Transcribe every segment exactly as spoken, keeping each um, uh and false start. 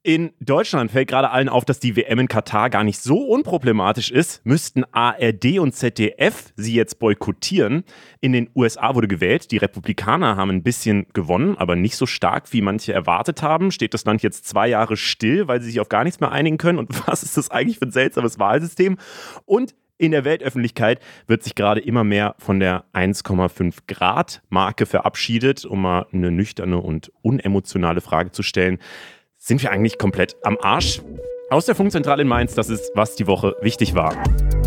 In Deutschland fällt gerade allen auf, dass die W M in Katar gar nicht so unproblematisch ist. Müssten A R D und Z D F sie jetzt boykottieren. In den U S A wurde gewählt. Die Republikaner haben ein bisschen gewonnen, aber nicht so stark, wie manche erwartet haben. Steht das Land jetzt zwei Jahre still, weil sie sich auf gar nichts mehr einigen können? Und was ist das eigentlich für ein seltsames Wahlsystem? Und in der Weltöffentlichkeit wird sich gerade immer mehr von der eins Komma fünf Grad Marke verabschiedet, um mal eine nüchterne und unemotionale Frage zu stellen. Sind wir eigentlich komplett am Arsch? Aus der Funkzentrale in Mainz, das ist, was die Woche wichtig war.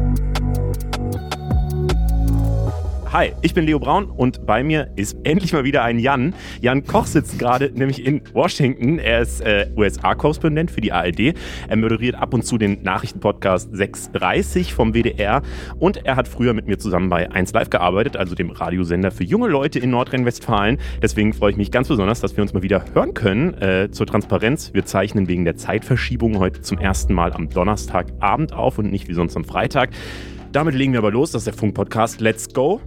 Hi, ich bin Leo Braun und bei mir ist endlich mal wieder ein Jan. Jan Koch sitzt gerade nämlich in Washington. Er ist äh, U S A-Korrespondent für die A R D. Er moderiert ab und zu den Nachrichtenpodcast sechs dreißig vom W D R. Und er hat früher mit mir zusammen bei eins Live gearbeitet, also dem Radiosender für junge Leute in Nordrhein-Westfalen. Deswegen freue ich mich ganz besonders, dass wir uns mal wieder hören können. Äh, zur Transparenz, wir zeichnen wegen der Zeitverschiebung heute zum ersten Mal am Donnerstagabend auf und nicht wie sonst am Freitag. Damit legen wir aber los, das ist der Funk-Podcast. Let's go!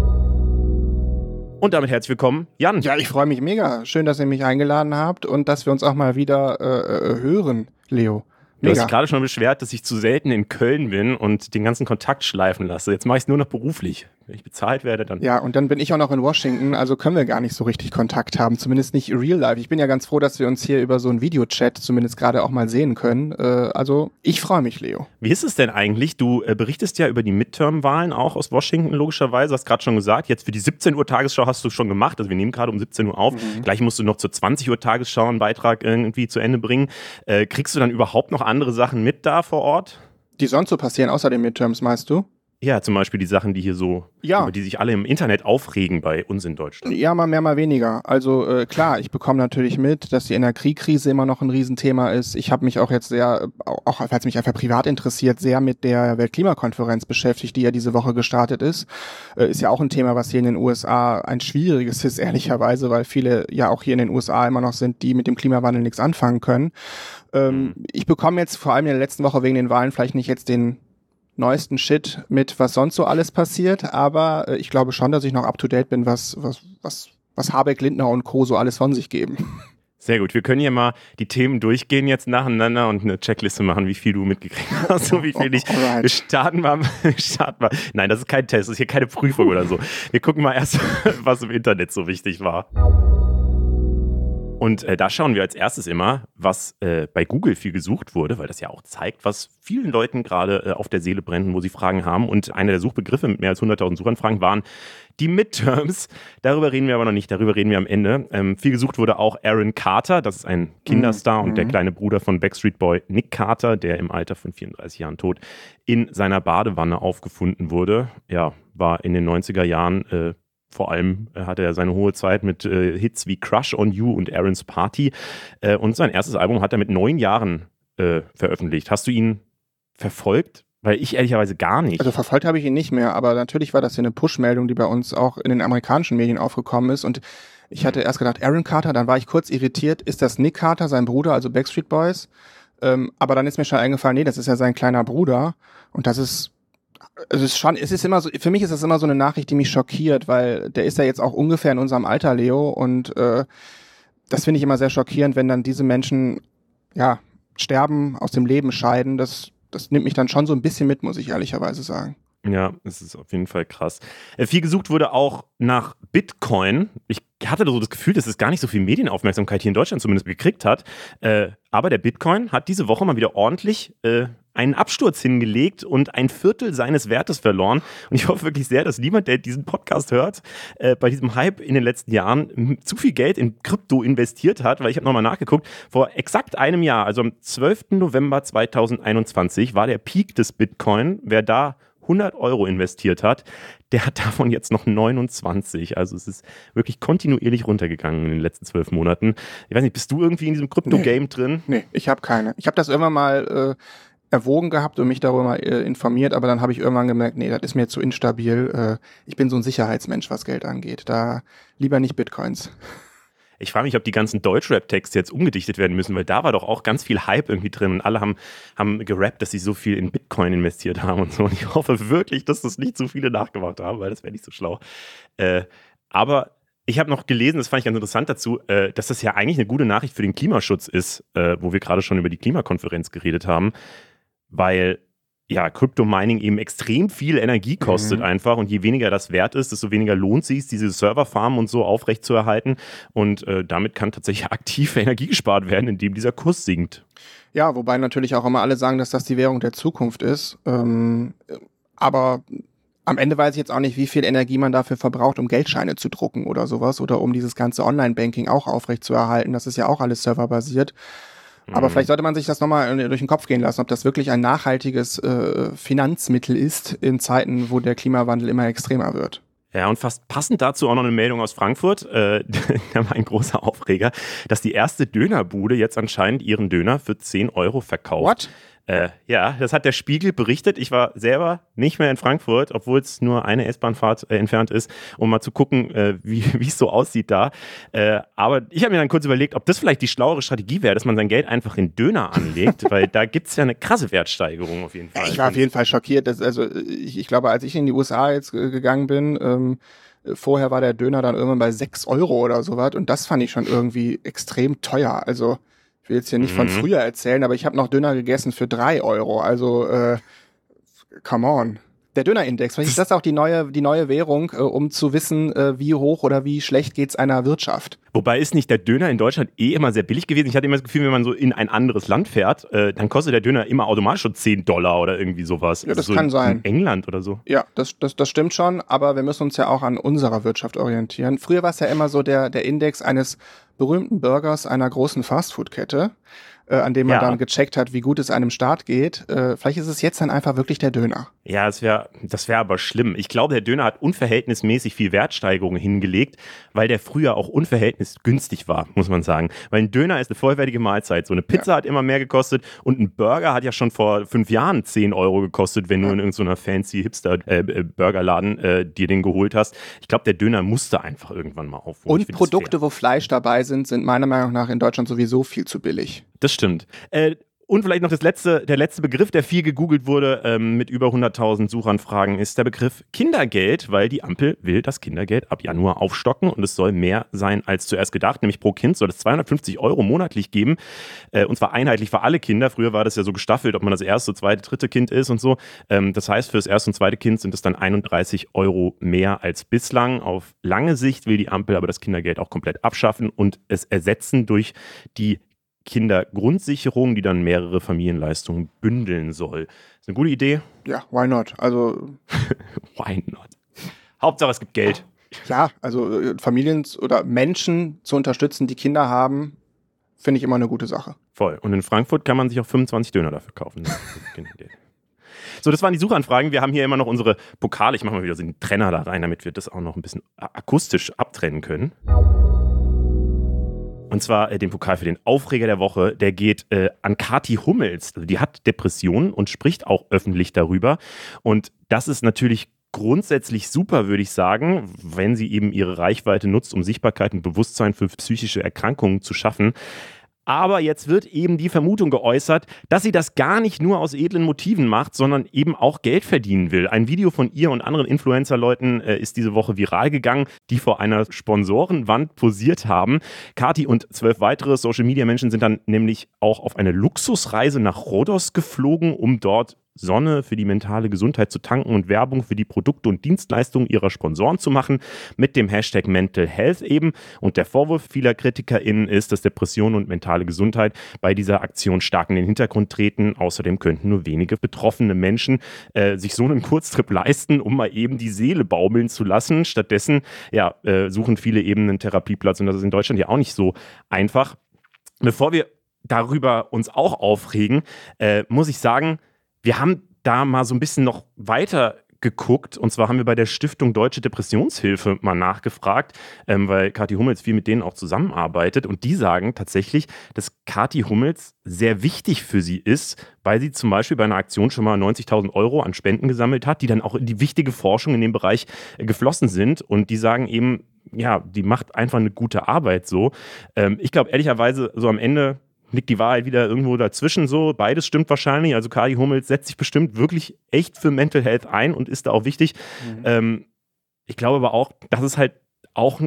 Und damit herzlich willkommen, Jan. Ja, ich freue mich mega. Schön, dass ihr mich eingeladen habt und dass wir uns auch mal wieder äh, hören, Leo. Du hast dich gerade schon beschwert, dass ich zu selten in Köln bin und den ganzen Kontakt schleifen lasse. Jetzt mache ich es nur noch beruflich. Wenn ich bezahlt werde, dann... Ja, und dann bin ich auch noch in Washington, also können wir gar nicht so richtig Kontakt haben, zumindest nicht real life. Ich bin ja ganz froh, dass wir uns hier über so einen Videochat zumindest gerade auch mal sehen können. Äh, also ich freue mich, Leo. Wie ist es denn eigentlich? Du äh, berichtest ja über die Midterm-Wahlen auch aus Washington, logischerweise. Hast gerade schon gesagt, jetzt für die siebzehn Uhr Tagesschau hast du schon gemacht. Also wir nehmen gerade um siebzehn Uhr auf. Mhm. Gleich musst du noch zur zwanzig Uhr Tagesschau einen Beitrag irgendwie zu Ende bringen. Äh, kriegst du dann überhaupt noch andere Sachen mit da vor Ort? Die sonst so passieren, außer den Midterms, meinst du? Ja, zum Beispiel die Sachen, die hier so, ja. über die sich alle im Internet aufregen bei uns in Deutschland. Ja, mal mehr, mal weniger. Also äh, klar, ich bekomme natürlich mit, dass die Energiekrise immer noch ein Riesenthema ist. Ich habe mich auch jetzt sehr, auch weil es mich einfach privat interessiert, sehr mit der Weltklimakonferenz beschäftigt, die ja diese Woche gestartet ist. Äh, ist ja auch ein Thema, was hier in den U S A ein schwieriges ist, ehrlicherweise, weil viele ja auch hier in den U S A immer noch sind, die mit dem Klimawandel nichts anfangen können. Ähm, mhm. Ich bekomme jetzt vor allem in der letzten Woche wegen den Wahlen vielleicht nicht jetzt den neuesten Shit mit, was sonst so alles passiert, aber äh, ich glaube schon, dass ich noch up to date bin, was, was, was, was Habeck, Lindner und Co. so alles von sich geben. Sehr gut. Wir können hier mal die Themen durchgehen jetzt nacheinander und eine Checkliste machen, wie viel du mitgekriegt hast und wie viel nicht. Alright. Wir starten mal, wir starten mal. Nein, das ist kein Test, das ist hier keine Prüfung oder so. Wir gucken mal erst, was im Internet so wichtig war. Und äh, da schauen wir als erstes immer, was äh, bei Google viel gesucht wurde, weil das ja auch zeigt, was vielen Leuten gerade äh, auf der Seele brennt, wo sie Fragen haben. Und einer der Suchbegriffe mit mehr als hunderttausend Suchanfragen waren die Midterms. Darüber reden wir aber noch nicht, darüber reden wir am Ende. Ähm, viel gesucht wurde auch Aaron Carter, das ist ein Kinderstar mhm. und der kleine Bruder von Backstreet Boy Nick Carter, der im Alter von vierunddreißig Jahren tot in seiner Badewanne aufgefunden wurde. Ja, war in den neunziger Jahren äh, Vor allem hatte er seine hohe Zeit mit äh, Hits wie Crush on You und Aaron's Party. Äh, und sein erstes Album hat er mit neun Jahren äh, veröffentlicht. Hast du ihn verfolgt? Weil ich ehrlicherweise gar nicht. Also verfolgt habe ich ihn nicht mehr, aber natürlich war das hier eine Push-Meldung, die bei uns auch in den amerikanischen Medien aufgekommen ist. Und ich hatte erst gedacht, Aaron Carter, dann war ich kurz irritiert. Ist das Nick Carter, sein Bruder, also Backstreet Boys? Ähm, aber dann ist mir schon eingefallen, nee, das ist ja sein kleiner Bruder. Und das ist Es ist schon, es ist immer so, für mich ist das immer so eine Nachricht, die mich schockiert, weil der ist ja jetzt auch ungefähr in unserem Alter, Leo, und äh, das finde ich immer sehr schockierend, wenn dann diese Menschen, ja, sterben, aus dem Leben scheiden. Das, das nimmt mich dann schon so ein bisschen mit, muss ich ehrlicherweise sagen. Ja, es ist auf jeden Fall krass. Äh, viel gesucht wurde auch nach Bitcoin. Ich hatte so das Gefühl, dass es gar nicht so viel Medienaufmerksamkeit hier in Deutschland zumindest gekriegt hat. Äh, aber der Bitcoin hat diese Woche mal wieder ordentlich äh, einen Absturz hingelegt und ein Viertel seines Wertes verloren. Und ich hoffe wirklich sehr, dass niemand, der diesen Podcast hört, äh, bei diesem Hype in den letzten Jahren m- zu viel Geld in Krypto investiert hat, weil ich habe nochmal nachgeguckt, vor exakt einem Jahr, also am zwölften November zweitausendeinundzwanzig, war der Peak des Bitcoin. Wer da hundert Euro investiert hat, der hat davon jetzt noch neunundzwanzig. Also es ist wirklich kontinuierlich runtergegangen in den letzten zwölf Monaten. Ich weiß nicht, bist du irgendwie in diesem Krypto-Game nee, drin? Nee, ich habe keine. Ich habe das irgendwann mal äh, erwogen gehabt und mich darüber mal äh, informiert, aber dann habe ich irgendwann gemerkt, nee, das ist mir zu instabil. Äh, ich bin so ein Sicherheitsmensch, was Geld angeht. Da lieber nicht Bitcoins. Ich frage mich, ob die ganzen Deutschrap-Texte jetzt umgedichtet werden müssen, weil da war doch auch ganz viel Hype irgendwie drin und alle haben, haben gerappt, dass sie so viel in Bitcoin investiert haben und so. Und ich hoffe wirklich, dass das nicht so viele nachgemacht haben, weil das wäre nicht so schlau. Äh, aber Ich habe noch gelesen, das fand ich ganz interessant dazu, äh, dass das ja eigentlich eine gute Nachricht für den Klimaschutz ist, äh, wo wir gerade schon über die Klimakonferenz geredet haben, weil ja Crypto-Mining eben extrem viel Energie kostet mhm. einfach und je weniger das wert ist, desto weniger lohnt sich, diese Serverfarmen und so aufrechtzuerhalten und äh, damit kann tatsächlich aktiv Energie gespart werden, indem dieser Kurs sinkt. Ja, wobei natürlich auch immer alle sagen, dass das die Währung der Zukunft ist, ähm, aber am Ende weiß ich jetzt auch nicht, wie viel Energie man dafür verbraucht, um Geldscheine zu drucken oder sowas oder um dieses ganze Online-Banking auch aufrechtzuerhalten. Das ist ja auch alles serverbasiert. Mhm. Aber vielleicht sollte man sich das nochmal durch den Kopf gehen lassen, ob das wirklich ein nachhaltiges äh, Finanzmittel ist in Zeiten, wo der Klimawandel immer extremer wird. Ja, und fast passend dazu auch noch eine Meldung aus Frankfurt, äh, da war ein großer Aufreger, dass die erste Dönerbude jetzt anscheinend ihren Döner für zehn Euro verkauft. What? Äh, ja, das hat der Spiegel berichtet. Ich war selber nicht mehr in Frankfurt, obwohl es nur eine S-Bahn-Fahrt äh, entfernt ist, um mal zu gucken, äh, wie es so aussieht da. Äh, aber ich habe mir dann kurz überlegt, ob das vielleicht die schlauere Strategie wäre, dass man sein Geld einfach in Döner anlegt, weil da gibt es ja eine krasse Wertsteigerung auf jeden Fall. Ich war auf jeden Fall schockiert. Dass, also ich, ich glaube, als ich in die U S A jetzt äh, gegangen bin, ähm, vorher war der Döner dann irgendwann bei sechs Euro oder sowas und das fand ich schon irgendwie extrem teuer. Also ich will jetzt hier nicht mhm. von früher erzählen, aber ich habe noch Döner gegessen für drei Euro. Also, äh, come on. Der Dönerindex, vielleicht ist das auch die neue, die neue Währung, äh, um zu wissen, äh, wie hoch oder wie schlecht geht's einer Wirtschaft. Wobei ist nicht der Döner in Deutschland eh immer sehr billig gewesen? Ich hatte immer das Gefühl, wenn man so in ein anderes Land fährt, äh, dann kostet der Döner immer automatisch schon zehn Dollar oder irgendwie sowas. Ja, das also so kann sein. In England oder so. Ja, das, das, das stimmt schon, aber wir müssen uns ja auch an unserer Wirtschaft orientieren. Früher war es ja immer so der, der Index eines berühmten Burgers einer großen Fastfood-Kette, äh, an dem man ja. dann gecheckt hat, wie gut es einem Staat geht. Äh, vielleicht ist es jetzt dann einfach wirklich der Döner. Ja, das wäre das wär aber schlimm. Ich glaube, der Döner hat unverhältnismäßig viel Wertsteigerung hingelegt, weil der früher auch unverhältnismäßig günstig war, muss man sagen. Weil ein Döner ist eine vollwertige Mahlzeit. So eine Pizza ja. hat immer mehr gekostet und ein Burger hat ja schon vor fünf Jahren zehn Euro gekostet, wenn ja. du in irgendeiner fancy Hipster-Burgerladen äh, äh, dir den geholt hast. Ich glaube, der Döner musste einfach irgendwann mal aufholen. Und Produkte, wo Fleisch dabei sind, sind meiner Meinung nach in Deutschland sowieso viel zu billig. Das stimmt. Äh, Und vielleicht noch das letzte, der letzte Begriff, der viel gegoogelt wurde, ähm, mit über hunderttausend Suchanfragen, ist der Begriff Kindergeld, weil die Ampel will das Kindergeld ab Januar aufstocken und es soll mehr sein als zuerst gedacht, nämlich pro Kind soll es zweihundertfünfzig Euro monatlich geben, äh, und zwar einheitlich für alle Kinder. Früher war das ja so gestaffelt, ob man das erste, zweite, dritte Kind ist und so. Ähm, das heißt, für das erste und zweite Kind sind es dann einunddreißig Euro mehr als bislang. Auf lange Sicht will die Ampel aber das Kindergeld auch komplett abschaffen und es ersetzen durch die Kindergrundsicherung, die dann mehrere Familienleistungen bündeln soll. Ist eine gute Idee? Ja, why not? Also why not? Hauptsache es gibt Geld. Ja, also Familien oder Menschen zu unterstützen, die Kinder haben, finde ich immer eine gute Sache. Voll. Und in Frankfurt kann man sich auch fünfundzwanzig Döner dafür kaufen. So, das waren die Suchanfragen. Wir haben hier immer noch unsere Pokale. Ich mache mal wieder so einen Trenner da rein, damit wir das auch noch ein bisschen akustisch abtrennen können. Und zwar äh, den Pokal für den Aufreger der Woche, der geht äh, an Kathi Hummels. Also die hat Depressionen und spricht auch öffentlich darüber. Und das ist natürlich grundsätzlich super, würde ich sagen, wenn sie eben ihre Reichweite nutzt, um Sichtbarkeit und Bewusstsein für psychische Erkrankungen zu schaffen. Aber jetzt wird eben die Vermutung geäußert, dass sie das gar nicht nur aus edlen Motiven macht, sondern eben auch Geld verdienen will. Ein Video von ihr und anderen Influencer-Leuten äh, ist diese Woche viral gegangen, die vor einer Sponsorenwand posiert haben. Kathi und zwölf weitere Social-Media-Menschen sind dann nämlich auch auf eine Luxusreise nach Rhodos geflogen, um dort Sonne für die mentale Gesundheit zu tanken und Werbung für die Produkte und Dienstleistungen ihrer Sponsoren zu machen, mit dem Hashtag Mental Health eben. Und der Vorwurf vieler KritikerInnen ist, dass Depressionen und mentale Gesundheit bei dieser Aktion stark in den Hintergrund treten. Außerdem könnten nur wenige betroffene Menschen äh, sich so einen Kurztrip leisten, um mal eben die Seele baumeln zu lassen. Stattdessen ja, äh, suchen viele eben einen Therapieplatz und das ist in Deutschland ja auch nicht so einfach. Bevor wir darüber uns auch aufregen, äh, muss ich sagen, wir haben da mal so ein bisschen noch weiter geguckt und zwar haben wir bei der Stiftung Deutsche Depressionshilfe mal nachgefragt, ähm, weil Kathi Hummels viel mit denen auch zusammenarbeitet und die sagen tatsächlich, dass Kathi Hummels sehr wichtig für sie ist, weil sie zum Beispiel bei einer Aktion schon mal neunzigtausend Euro an Spenden gesammelt hat, die dann auch in die wichtige Forschung in dem Bereich äh, geflossen sind und die sagen eben, ja, die macht einfach eine gute Arbeit so. Ähm, ich glaube ehrlicherweise so am Ende liegt die Wahrheit wieder irgendwo dazwischen so. Beides stimmt wahrscheinlich. Also Kathi Hummels setzt sich bestimmt wirklich echt für Mental Health ein und ist da auch wichtig. Mhm. Ähm, ich glaube aber auch, dass es halt auch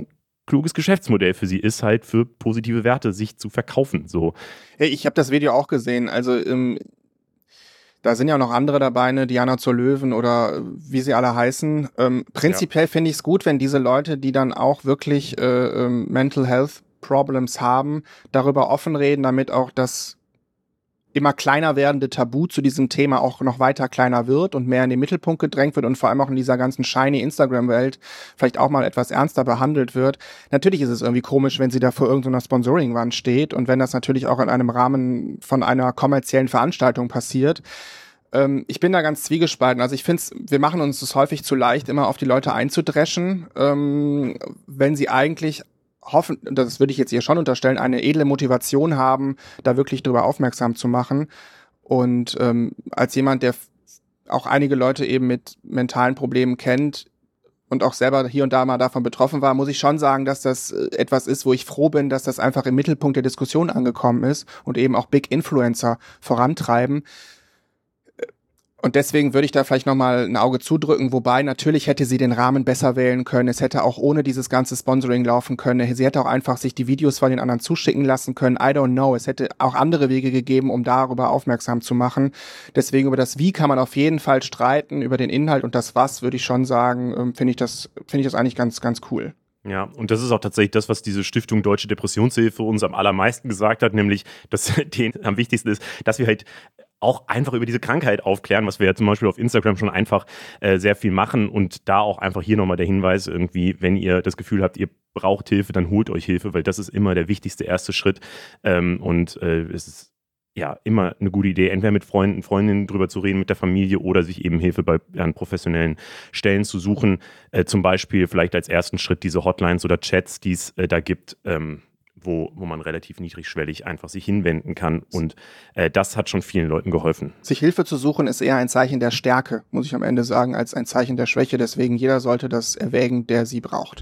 kluges Geschäftsmodell für sie ist, halt für positive Werte sich zu verkaufen. So. Hey, ich habe das Video auch gesehen. Also ähm, da sind ja noch andere dabei, ne, Diana zur Löwen oder wie sie alle heißen. Ähm, prinzipiell ja. finde ich es gut, wenn diese Leute, die dann auch wirklich äh, ähm, Mental Health Problems haben, darüber offen reden, damit auch das immer kleiner werdende Tabu zu diesem Thema auch noch weiter kleiner wird und mehr in den Mittelpunkt gedrängt wird und vor allem auch in dieser ganzen shiny Instagram-Welt vielleicht auch mal etwas ernster behandelt wird. Natürlich ist es irgendwie komisch, wenn sie da vor irgendeiner Sponsoring-Wand steht und wenn das natürlich auch in einem Rahmen von einer kommerziellen Veranstaltung passiert. Ähm, ich bin da ganz zwiegespalten. Also ich finde, wir machen uns das häufig zu leicht, immer auf die Leute einzudreschen, ähm, wenn sie eigentlich hoffen, das würde ich jetzt ihr schon unterstellen, eine edle Motivation haben, da wirklich drüber aufmerksam zu machen. Und ähm, als jemand, der f- auch einige Leute eben mit mentalen Problemen kennt und auch selber hier und da mal davon betroffen war, muss ich schon sagen, dass das etwas ist, wo ich froh bin, dass das einfach im Mittelpunkt der Diskussion angekommen ist und eben auch Big Influencer vorantreiben. Und deswegen würde ich da vielleicht nochmal ein Auge zudrücken, wobei natürlich hätte sie den Rahmen besser wählen können. Es hätte auch ohne dieses ganze Sponsoring laufen können. Sie hätte auch einfach sich die Videos von den anderen zuschicken lassen können. I don't know. Es hätte auch andere Wege gegeben, um darüber aufmerksam zu machen. Deswegen über das Wie kann man auf jeden Fall streiten. Über den Inhalt und das Was würde ich schon sagen, finde ich das, finde ich das eigentlich ganz, ganz cool. Ja, und das ist auch tatsächlich das, was diese Stiftung Deutsche Depressionshilfe uns am allermeisten gesagt hat, nämlich, dass denen am wichtigsten ist, dass wir halt auch einfach über diese Krankheit aufklären, was wir ja zum Beispiel auf Instagram schon einfach äh, sehr viel machen und da auch einfach hier nochmal der Hinweis irgendwie, wenn ihr das Gefühl habt, ihr braucht Hilfe, dann holt euch Hilfe, weil das ist immer der wichtigste erste Schritt ähm, und äh, es ist ja immer eine gute Idee, entweder mit Freunden, Freundinnen drüber zu reden, mit der Familie oder sich eben Hilfe bei an professionellen Stellen zu suchen, äh, zum Beispiel vielleicht als ersten Schritt diese Hotlines oder Chats, die es äh, da gibt, ähm, Wo, wo man relativ niedrigschwellig einfach sich hinwenden kann. Und äh, das hat schon vielen Leuten geholfen. Sich Hilfe zu suchen ist eher ein Zeichen der Stärke, muss ich am Ende sagen, als ein Zeichen der Schwäche. Deswegen jeder sollte das erwägen, der sie braucht.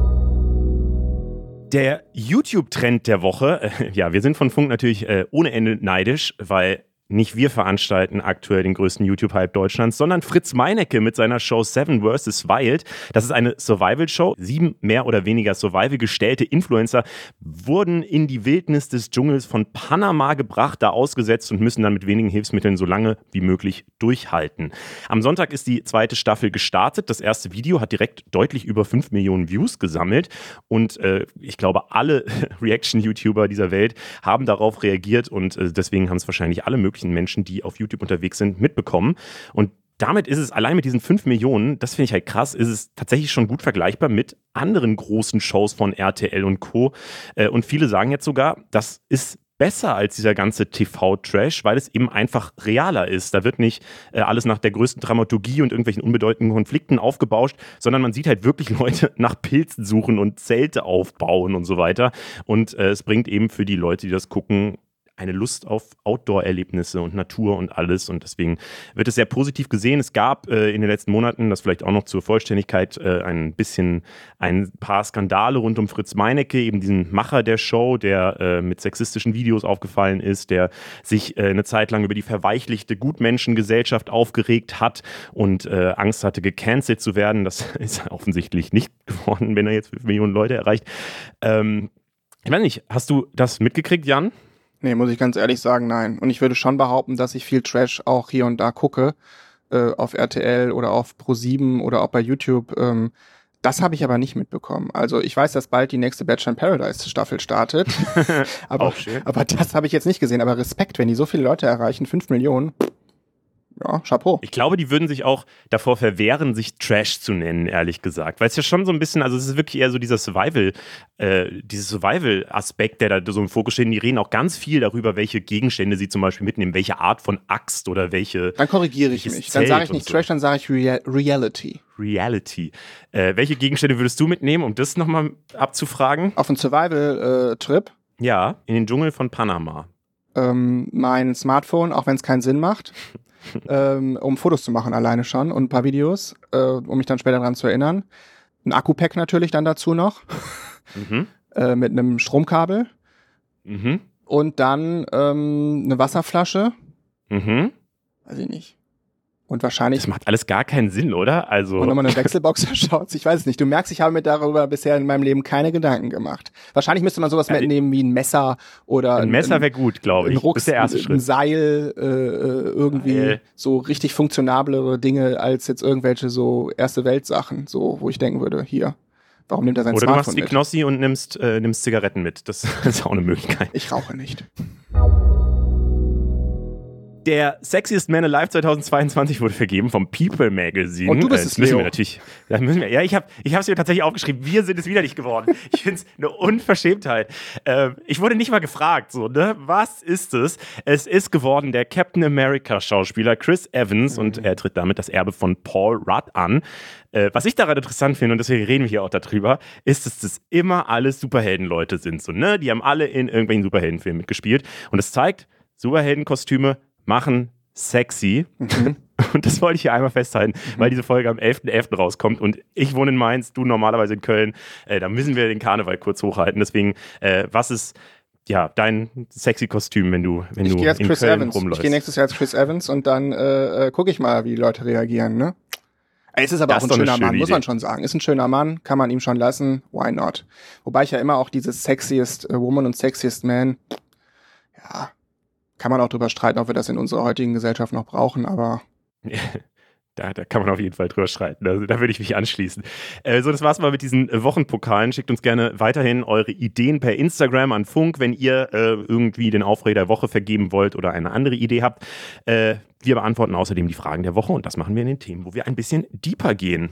Der YouTube-Trend der Woche, äh, ja, wir sind von Funk natürlich äh, ohne Ende neidisch, weil nicht wir veranstalten aktuell den größten YouTube-Hype Deutschlands, sondern Fritz Meinecke mit seiner Show Seven versus. Wild. Das ist eine Survival-Show. Sieben mehr oder weniger Survival-gestellte Influencer wurden in die Wildnis des Dschungels von Panama gebracht, da ausgesetzt und müssen dann mit wenigen Hilfsmitteln so lange wie möglich durchhalten. Am Sonntag ist die zweite Staffel gestartet. Das erste Video hat direkt deutlich über fünf Millionen Views gesammelt und äh, ich glaube, alle Reaction-YouTuber dieser Welt haben darauf reagiert und äh, deswegen haben es wahrscheinlich alle möglichen Menschen, die auf YouTube unterwegs sind, mitbekommen. Und damit ist es allein mit diesen fünf Millionen, das finde ich halt krass, ist es tatsächlich schon gut vergleichbar mit anderen großen Shows von R T L und Co. Und viele sagen jetzt sogar, das ist besser als dieser ganze T V-Trash, weil es eben einfach realer ist. Da wird nicht äh, alles nach der größten Dramaturgie und irgendwelchen unbedeutenden Konflikten aufgebauscht, sondern man sieht halt wirklich Leute nach Pilzen suchen und Zelte aufbauen und so weiter. Und äh, es bringt eben für die Leute, die das gucken, eine Lust auf Outdoor-Erlebnisse und Natur und alles und deswegen wird es sehr positiv gesehen. Es gab äh, in den letzten Monaten, das vielleicht auch noch zur Vollständigkeit, äh, ein bisschen, ein paar Skandale rund um Fritz Meinecke, eben diesen Macher der Show, der äh, mit sexistischen Videos aufgefallen ist, der sich äh, eine Zeit lang über die verweichlichte Gutmenschengesellschaft aufgeregt hat und äh, Angst hatte, gecancelt zu werden. Das ist offensichtlich nicht geworden, wenn er jetzt fünf Millionen Leute erreicht. Ähm, ich weiß nicht, hast du das mitgekriegt, Jan? Nee, muss ich ganz ehrlich sagen, nein. Und ich würde schon behaupten, dass ich viel Trash auch hier und da gucke, äh, auf R T L oder auf Pro sieben oder auch bei YouTube. Ähm, das habe ich aber nicht mitbekommen. Also ich weiß, dass bald die nächste Bachelor in Paradise Staffel startet. aber, auch schön. aber das habe ich jetzt nicht gesehen. Aber Respekt, wenn die so viele Leute erreichen, fünf Millionen. Ja, Chapeau. Ich glaube, die würden sich auch davor verwehren, sich Trash zu nennen, ehrlich gesagt. Weil es ja schon so ein bisschen, also es ist wirklich eher so dieser Survival, äh, dieses Survival-Aspekt, der da so im Fokus steht. Die reden auch ganz viel darüber, welche Gegenstände sie zum Beispiel mitnehmen, welche Art von Axt oder welche. Dann korrigiere ich mich. Dann sage ich nicht Trash, dann sage ich Real- Reality. Reality. Äh, welche Gegenstände würdest du mitnehmen, um das nochmal abzufragen? Auf einen Survival-Trip? Ja, in den Dschungel von Panama. Ähm, mein Smartphone, auch wenn es keinen Sinn macht. ähm, um Fotos zu machen alleine schon und ein paar Videos, äh, um mich dann später daran zu erinnern. Ein Akku-Pack natürlich dann dazu noch. Mhm. äh, mit einem Stromkabel. Mhm. Und dann ähm, eine Wasserflasche. Mhm. Weiß ich nicht. Und wahrscheinlich. Das macht alles gar keinen Sinn, oder? Also. Und nochmal eine Wechselboxer-Shorts. Ich weiß es nicht. Du merkst, ich habe mir darüber bisher in meinem Leben keine Gedanken gemacht. Wahrscheinlich müsste man sowas ja, mitnehmen wie ein Messer oder. Ein Messer wäre gut, glaube ich. Ein Rucksack, das ist der erste Schritt. Ein Seil, äh, irgendwie Geil. So richtig funktionablere Dinge als jetzt irgendwelche so erste Weltsachen, so, wo ich denken würde, hier. Warum nimmt er sein Oder Smartphone du machst wie mit? Knossi und nimmst, äh, nimmst Zigaretten mit. Das ist auch eine Möglichkeit. Ich rauche nicht. Der Sexiest Man Alive zweitausendzweiundzwanzig wurde vergeben vom People Magazine. Und du bist äh, es, müssen Leo. wir natürlich. Das müssen wir, ja, ich habe ich es mir tatsächlich aufgeschrieben. Wir sind es wieder nicht geworden. Ich finde es eine Unverschämtheit. Äh, ich wurde nicht mal gefragt, so, ne? Was ist es? Es ist geworden der Captain America Schauspieler Chris Evans mhm. und er tritt damit das Erbe von Paul Rudd an. Äh, was ich daran interessant finde, und deswegen reden wir hier auch darüber, ist, dass das immer alles Superheldenleute sind. So, ne? Die haben alle in irgendwelchen Superheldenfilmen mitgespielt. Und es zeigt, Superheldenkostüme machen sexy. Mhm. Und das wollte ich hier einmal festhalten, mhm. weil diese Folge am elften elften rauskommt und ich wohne in Mainz, du normalerweise in Köln. Äh, da müssen wir den Karneval kurz hochhalten. Deswegen, äh, was ist ja dein sexy Kostüm, wenn du, wenn ich du geh jetzt in Chris Köln Evans. rumläufst? Ich gehe nächstes Jahr als Chris Evans und dann äh, gucke ich mal, wie die Leute reagieren, ne? Es ist aber das auch ein schöner Mann, Idee. Muss man schon sagen. Ist ein schöner Mann, kann man ihm schon lassen. Why not? Wobei ich ja immer auch dieses Sexiest Woman und Sexiest Man, ja, kann man auch drüber streiten, ob wir das in unserer heutigen Gesellschaft noch brauchen, aber Da, da kann man auf jeden Fall drüber streiten. Also, da würde ich mich anschließen. Äh, so, das war's mal mit diesen Wochenpokalen. Schickt uns gerne weiterhin eure Ideen per Instagram an Funk, wenn ihr äh, irgendwie den Aufreger der Woche vergeben wollt oder eine andere Idee habt. Äh, wir beantworten außerdem die Fragen der Woche und das machen wir in den Themen, wo wir ein bisschen deeper gehen.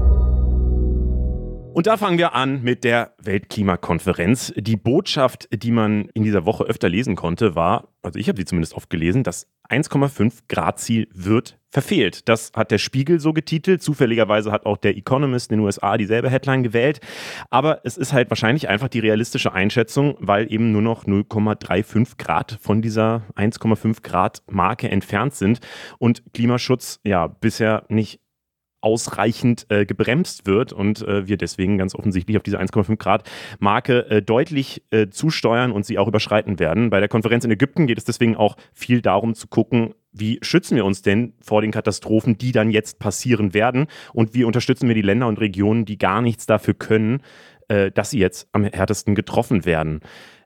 Und da fangen wir an mit der Weltklimakonferenz. Die Botschaft, die man in dieser Woche öfter lesen konnte, war, also ich habe sie zumindest oft gelesen, das eins Komma fünf Grad Ziel wird verfehlt. Das hat der Spiegel so getitelt. Zufälligerweise hat auch der Economist in den U S A dieselbe Headline gewählt. Aber es ist halt wahrscheinlich einfach die realistische Einschätzung, weil eben nur noch null Komma fünfunddreißig Grad von dieser eins Komma fünf Grad Marke entfernt sind und Klimaschutz ja bisher nicht ausreichend äh, gebremst wird und äh, wir deswegen ganz offensichtlich auf diese eins Komma fünf Grad Marke äh, deutlich äh, zusteuern und sie auch überschreiten werden. Bei der Konferenz in Ägypten geht es deswegen auch viel darum zu gucken, wie schützen wir uns denn vor den Katastrophen, die dann jetzt passieren werden und wie unterstützen wir die Länder und Regionen, die gar nichts dafür können, äh, dass sie jetzt am härtesten getroffen werden.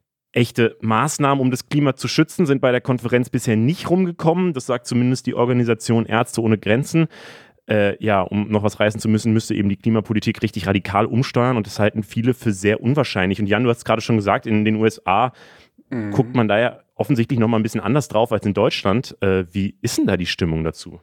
Echte Maßnahmen, um das Klima zu schützen, sind bei der Konferenz bisher nicht rumgekommen. Das sagt zumindest die Organisation Ärzte ohne Grenzen. Äh, ja, um noch was reißen zu müssen, müsste eben die Klimapolitik richtig radikal umsteuern und das halten viele für sehr unwahrscheinlich. Und Jan, du hast es gerade schon gesagt, in den U S A mhm. guckt man da ja offensichtlich noch mal ein bisschen anders drauf als in Deutschland. Äh, wie ist denn da die Stimmung dazu?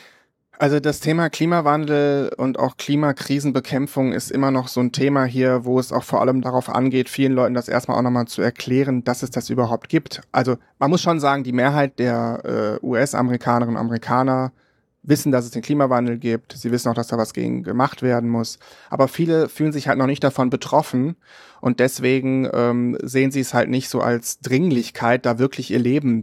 Also das Thema Klimawandel und auch Klimakrisenbekämpfung ist immer noch so ein Thema hier, wo es auch vor allem darauf angeht, vielen Leuten das erstmal auch nochmal zu erklären, dass es das überhaupt gibt. Also man muss schon sagen, die Mehrheit der äh, U S-Amerikanerinnen und Amerikaner wissen, dass es den Klimawandel gibt. Sie wissen auch, dass da was gegen gemacht werden muss. Aber viele fühlen sich halt noch nicht davon betroffen und deswegen ähm, sehen sie es halt nicht so als Dringlichkeit, da wirklich ihr Leben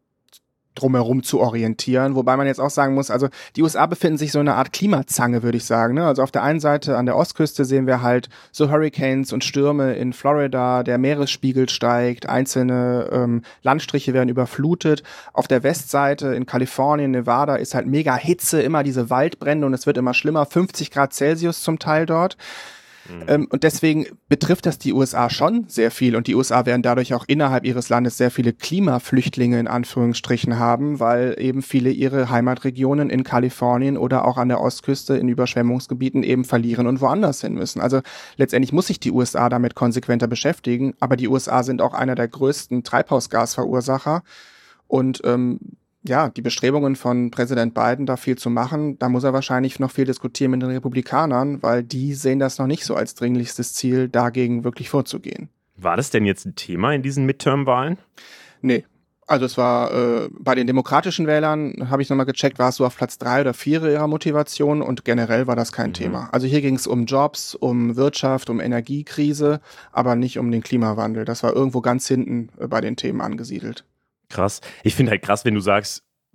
drumherum zu orientieren, wobei man jetzt auch sagen muss, also die U S A befinden sich so in einer Art Klimazange, würde ich sagen, ne? Also auf der einen Seite an der Ostküste sehen wir halt so Hurricanes und Stürme in Florida, der Meeresspiegel steigt, einzelne ähm, Landstriche werden überflutet. Auf der Westseite in Kalifornien, Nevada ist halt mega Hitze, immer diese Waldbrände und es wird immer schlimmer, fünfzig Grad Celsius zum Teil dort. Ähm, und deswegen betrifft das die U S A schon sehr viel und die U S A werden dadurch auch innerhalb ihres Landes sehr viele Klimaflüchtlinge in Anführungsstrichen haben, weil eben viele ihre Heimatregionen in Kalifornien oder auch an der Ostküste in Überschwemmungsgebieten eben verlieren und woanders hin müssen. Also letztendlich muss sich die U S A damit konsequenter beschäftigen, aber die U S A sind auch einer der größten Treibhausgasverursacher und ähm, ja, die Bestrebungen von Präsident Biden, da viel zu machen, da muss er wahrscheinlich noch viel diskutieren mit den Republikanern, weil die sehen das noch nicht so als dringlichstes Ziel, dagegen wirklich vorzugehen. War das denn jetzt ein Thema in diesen Midterm-Wahlen? Nee. Also es war äh, bei den demokratischen Wählern, habe ich nochmal gecheckt, war es so auf Platz drei oder vier ihrer Motivation und generell war das kein mhm. Thema. Also hier ging es um Jobs, um Wirtschaft, um Energiekrise, aber nicht um den Klimawandel. Das war irgendwo ganz hinten äh, bei den Themen angesiedelt. Krass. Ich finde halt krass, wenn du sagst,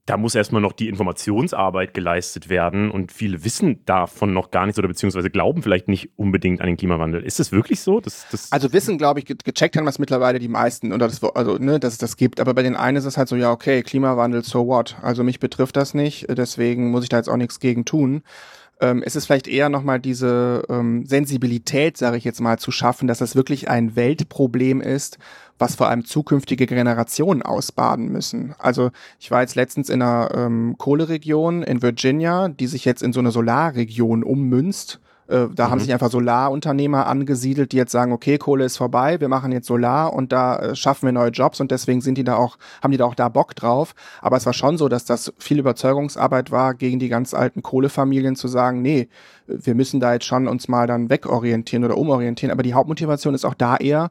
da muss erstmal noch die Informationsarbeit geleistet werden und viele wissen davon noch gar nichts oder beziehungsweise glauben vielleicht nicht unbedingt an den Klimawandel. Ist das wirklich so? Das, das also Wissen, glaube ich, ge- gecheckt haben wir es mittlerweile die meisten, oder das, also, ne, dass es das gibt. Aber bei den einen ist es halt so, ja, okay, Klimawandel, so what? Also mich betrifft das nicht, deswegen muss ich da jetzt auch nichts gegen tun. Ähm, es ist vielleicht eher nochmal diese ähm, Sensibilität, sage ich jetzt mal, zu schaffen, dass das wirklich ein Weltproblem ist, was vor allem zukünftige Generationen ausbaden müssen. Also ich war jetzt letztens in einer ähm, Kohleregion in Virginia, die sich jetzt in so eine Solarregion ummünzt. Äh, da mhm. haben sich einfach Solarunternehmer angesiedelt, die jetzt sagen, okay, Kohle ist vorbei, wir machen jetzt Solar und da äh, schaffen wir neue Jobs und deswegen sind die da auch, haben die da auch da Bock drauf. Aber es war schon so, dass das viel Überzeugungsarbeit war, gegen die ganz alten Kohlefamilien zu sagen, nee, wir müssen da jetzt schon uns mal dann wegorientieren oder umorientieren. Aber die Hauptmotivation ist auch da eher,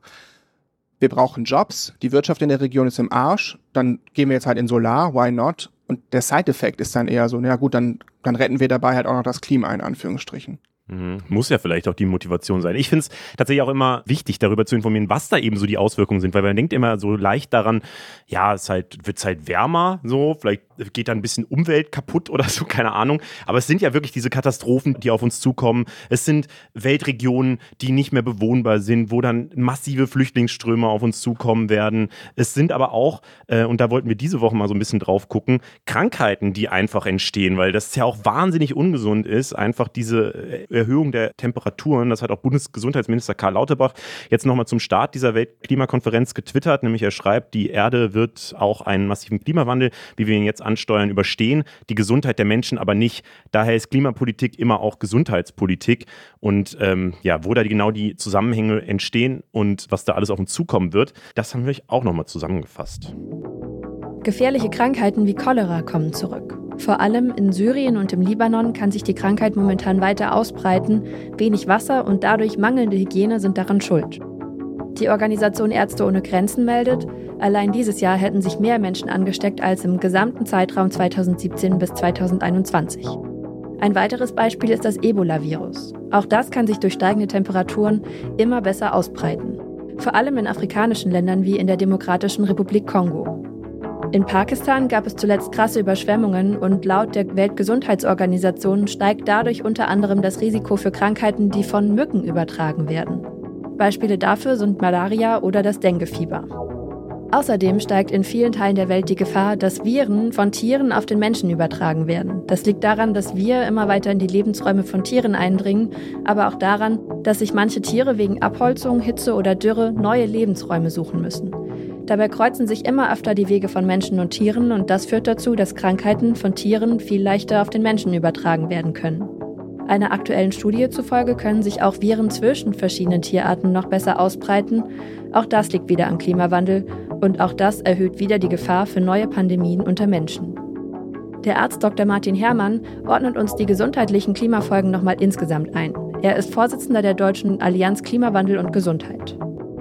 wir brauchen Jobs, die Wirtschaft in der Region ist im Arsch, dann gehen wir jetzt halt in Solar, why not? Und der Side-Effekt ist dann eher so, na gut, dann, dann retten wir dabei halt auch noch das Klima in Anführungsstrichen. Mhm. Muss ja vielleicht auch die Motivation sein. Ich finde es tatsächlich auch immer wichtig, darüber zu informieren, was da eben so die Auswirkungen sind, weil man denkt immer so leicht daran, ja, es halt, wird es halt wärmer, so, vielleicht geht da ein bisschen Umwelt kaputt oder so, keine Ahnung. Aber es sind ja wirklich diese Katastrophen, die auf uns zukommen. Es sind Weltregionen, die nicht mehr bewohnbar sind, wo dann massive Flüchtlingsströme auf uns zukommen werden. Es sind aber auch, äh, und da wollten wir diese Woche mal so ein bisschen drauf gucken, Krankheiten, die einfach entstehen, weil das ja auch wahnsinnig ungesund ist, einfach diese Erhöhung der Temperaturen. Das hat auch Bundesgesundheitsminister Karl Lauterbach jetzt nochmal zum Start dieser Weltklimakonferenz getwittert, nämlich er schreibt, die Erde wird auch einen massiven Klimawandel, wie wir ihn jetzt ansteuern, überstehen, die Gesundheit der Menschen aber nicht. Daher ist Klimapolitik immer auch Gesundheitspolitik und ähm, ja, wo da genau die Zusammenhänge entstehen und was da alles auf uns zukommen wird, das haben wir euch auch nochmal zusammengefasst. Gefährliche Krankheiten wie Cholera kommen zurück. Vor allem in Syrien und im Libanon kann sich die Krankheit momentan weiter ausbreiten. Wenig Wasser und dadurch mangelnde Hygiene sind daran schuld. Die Organisation Ärzte ohne Grenzen meldet, allein dieses Jahr hätten sich mehr Menschen angesteckt als im gesamten Zeitraum zweitausendsiebzehn bis zweitausendeinundzwanzig. Ein weiteres Beispiel ist das Ebola-Virus. Auch das kann sich durch steigende Temperaturen immer besser ausbreiten. Vor allem in afrikanischen Ländern wie in der Demokratischen Republik Kongo. In Pakistan gab es zuletzt krasse Überschwemmungen und laut der Weltgesundheitsorganisation steigt dadurch unter anderem das Risiko für Krankheiten, die von Mücken übertragen werden. Beispiele dafür sind Malaria oder das Denguefieber. Außerdem steigt in vielen Teilen der Welt die Gefahr, dass Viren von Tieren auf den Menschen übertragen werden. Das liegt daran, dass wir immer weiter in die Lebensräume von Tieren eindringen, aber auch daran, dass sich manche Tiere wegen Abholzung, Hitze oder Dürre neue Lebensräume suchen müssen. Dabei kreuzen sich immer öfter die Wege von Menschen und Tieren und das führt dazu, dass Krankheiten von Tieren viel leichter auf den Menschen übertragen werden können. Einer aktuellen Studie zufolge können sich auch Viren zwischen verschiedenen Tierarten noch besser ausbreiten. Auch das liegt wieder am Klimawandel und auch das erhöht wieder die Gefahr für neue Pandemien unter Menschen. Der Arzt Doktor Martin Herrmann ordnet uns die gesundheitlichen Klimafolgen nochmal insgesamt ein. Er ist Vorsitzender der Deutschen Allianz Klimawandel und Gesundheit.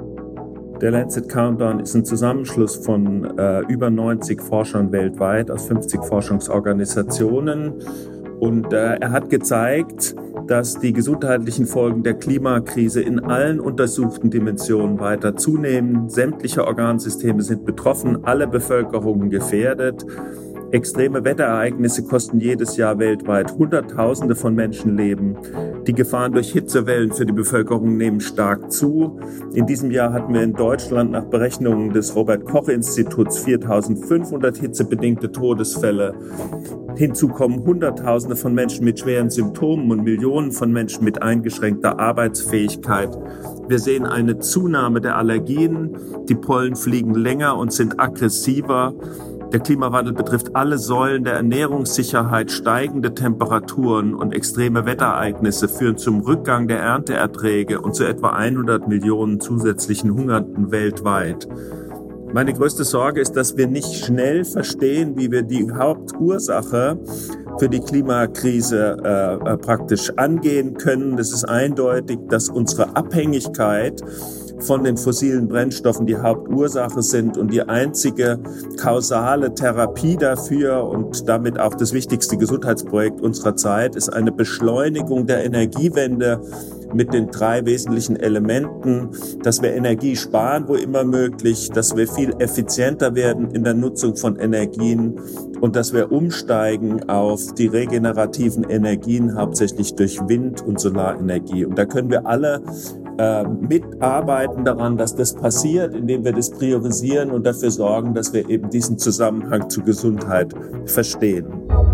Der Lancet Countdown ist ein Zusammenschluss von äh, über neunzig Forschern weltweit aus fünfzig Forschungsorganisationen. Und äh, er hat gezeigt, dass die gesundheitlichen Folgen der Klimakrise in allen untersuchten Dimensionen weiter zunehmen. Sämtliche Organsysteme sind betroffen, alle Bevölkerungen gefährdet. Extreme Wetterereignisse kosten jedes Jahr weltweit Hunderttausende von Menschenleben. Die Gefahren durch Hitzewellen für die Bevölkerung nehmen stark zu. In diesem Jahr hatten wir in Deutschland nach Berechnungen des Robert-Koch-Instituts viertausendfünfhundert hitzebedingte Todesfälle. Hinzu kommen Hunderttausende von Menschen mit schweren Symptomen und Millionen von Menschen mit eingeschränkter Arbeitsfähigkeit. Wir sehen eine Zunahme der Allergien. Die Pollen fliegen länger und sind aggressiver. Der Klimawandel betrifft alle Säulen der Ernährungssicherheit. Steigende Temperaturen und extreme Wetterereignisse führen zum Rückgang der Ernteerträge und zu etwa hundert Millionen zusätzlichen Hungernden weltweit. Meine größte Sorge ist, dass wir nicht schnell verstehen, wie wir die Hauptursache für die Klimakrise äh, praktisch angehen können. Es ist eindeutig, dass unsere Abhängigkeit von den fossilen Brennstoffen die Hauptursache sind. Und die einzige kausale Therapie dafür und damit auch das wichtigste Gesundheitsprojekt unserer Zeit ist eine Beschleunigung der Energiewende mit den drei wesentlichen Elementen, dass wir Energie sparen, wo immer möglich, dass wir viel effizienter werden in der Nutzung von Energien und dass wir umsteigen auf die regenerativen Energien, hauptsächlich durch Wind- und Solarenergie. Und da können wir alle äh, mitarbeiten daran, dass das passiert, indem wir das priorisieren und dafür sorgen, dass wir eben diesen Zusammenhang zu Gesundheit verstehen.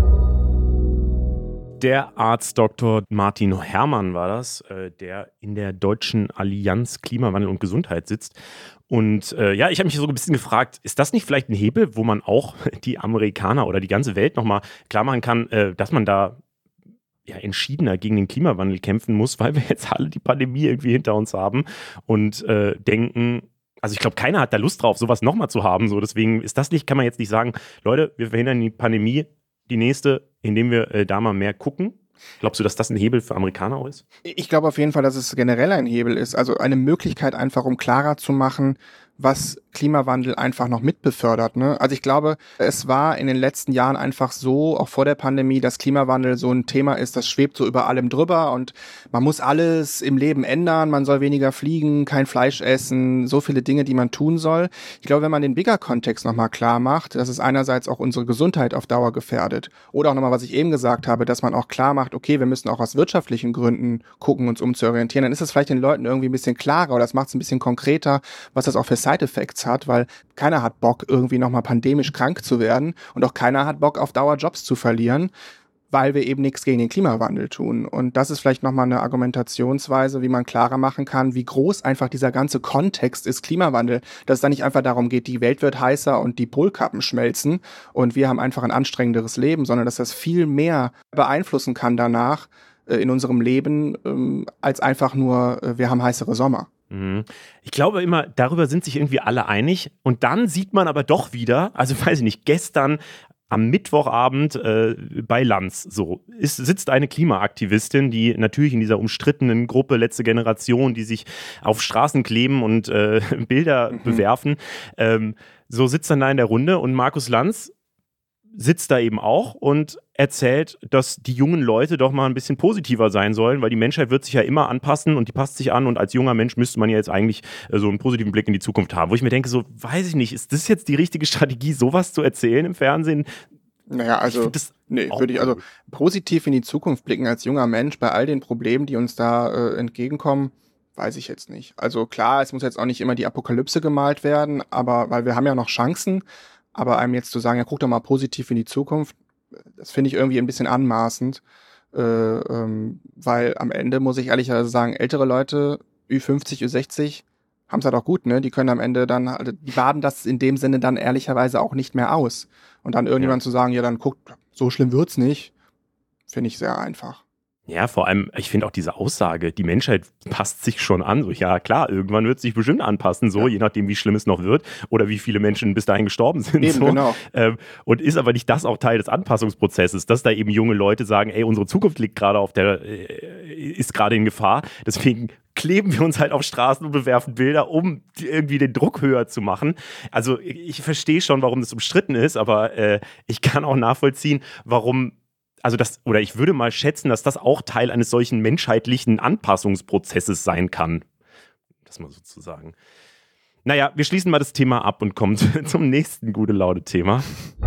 Der Arzt Doktor Martin Herrmann war das, äh, der in der Deutschen Allianz Klimawandel und Gesundheit sitzt. Und äh, ja, ich habe mich so ein bisschen gefragt, ist das nicht vielleicht ein Hebel, wo man auch die Amerikaner oder die ganze Welt nochmal klar machen kann, äh, dass man da ja, entschiedener gegen den Klimawandel kämpfen muss, weil wir jetzt alle die Pandemie irgendwie hinter uns haben und äh, denken, also ich glaube, keiner hat da Lust drauf, sowas nochmal zu haben. So, deswegen ist das nicht, kann man jetzt nicht sagen, Leute, wir verhindern die Pandemie, die nächste, indem wir äh, da mal mehr gucken. Glaubst du, dass das ein Hebel für Amerikaner auch ist? Ich glaube auf jeden Fall, dass es generell ein Hebel ist. Also eine Möglichkeit einfach, um klarer zu machen, was Klimawandel einfach noch mitbefördert. Ne? Also ich glaube, es war in den letzten Jahren einfach so, auch vor der Pandemie, dass Klimawandel so ein Thema ist, das schwebt so über allem drüber und man muss alles im Leben ändern, man soll weniger fliegen, kein Fleisch essen, so viele Dinge, die man tun soll. Ich glaube, wenn man den Bigger-Kontext nochmal klar macht, dass es einerseits auch unsere Gesundheit auf Dauer gefährdet oder auch nochmal, was ich eben gesagt habe, dass man auch klar macht, okay, wir müssen auch aus wirtschaftlichen Gründen gucken, uns umzuorientieren, dann ist es vielleicht den Leuten irgendwie ein bisschen klarer oder das macht es ein bisschen konkreter, was das auch für Side-Effects hat, weil keiner hat Bock, irgendwie nochmal pandemisch krank zu werden und auch keiner hat Bock, auf Dauer Jobs zu verlieren, weil wir eben nichts gegen den Klimawandel tun. Und das ist vielleicht nochmal eine Argumentationsweise, wie man klarer machen kann, wie groß einfach dieser ganze Kontext ist Klimawandel, dass es da nicht einfach darum geht, die Welt wird heißer und die Polkappen schmelzen und wir haben einfach ein anstrengenderes Leben, sondern dass das viel mehr beeinflussen kann danach äh, in unserem Leben, ähm, als einfach nur, äh, wir haben heißere Sommer. Ich glaube immer, darüber sind sich irgendwie alle einig und dann sieht man aber doch wieder, also weiß ich nicht, gestern am Mittwochabend äh, bei Lanz so ist, sitzt eine Klimaaktivistin, die natürlich in dieser umstrittenen Gruppe Letzte Generation, die sich auf Straßen kleben und äh, Bilder mhm. bewerfen, ähm, so sitzt dann da in der Runde und Markus Lanz sitzt da eben auch und erzählt, dass die jungen Leute doch mal ein bisschen positiver sein sollen, weil die Menschheit wird sich ja immer anpassen und die passt sich an und als junger Mensch müsste man ja jetzt eigentlich äh, so einen positiven Blick in die Zukunft haben. Wo ich mir denke, so weiß ich nicht, ist das jetzt die richtige Strategie, sowas zu erzählen im Fernsehen? Naja, also, nee, würde ich also positiv in die Zukunft blicken als junger Mensch bei all den Problemen, die uns da äh, entgegenkommen, weiß ich jetzt nicht. Also klar, es muss jetzt auch nicht immer die Apokalypse gemalt werden, aber weil wir haben ja noch Chancen. Aber einem jetzt zu sagen, ja, guck doch mal positiv in die Zukunft, das finde ich irgendwie ein bisschen anmaßend, äh, ähm, weil am Ende, muss ich ehrlicherweise sagen, ältere Leute, Ü fünfzig, Ü sechzig, haben es halt auch gut, ne? Die können am Ende dann, also die baden das in dem Sinne dann ehrlicherweise auch nicht mehr aus. Und dann irgendjemand ja. zu sagen, ja, dann guckt, so schlimm wird's nicht, finde ich sehr einfach. Ja, vor allem, ich finde auch diese Aussage, die Menschheit passt sich schon an. So, ja, klar, irgendwann wird es sich bestimmt anpassen, so, ja. je nachdem, wie schlimm es noch wird oder wie viele Menschen bis dahin gestorben sind. Eben, so. genau. Ähm, und ist aber nicht das auch Teil des Anpassungsprozesses, dass da eben junge Leute sagen, ey, unsere Zukunft liegt gerade auf der, äh, ist gerade in Gefahr. Deswegen kleben wir uns halt auf Straßen und bewerfen Bilder, um irgendwie den Druck höher zu machen. Also ich verstehe schon, warum das umstritten ist, aber äh, ich kann auch nachvollziehen, warum Also das, oder ich würde mal schätzen, dass das auch Teil eines solchen menschheitlichen Anpassungsprozesses sein kann. Das mal sozusagen. Naja, wir schließen mal das Thema ab und kommen zum nächsten Gute-Laune-Thema.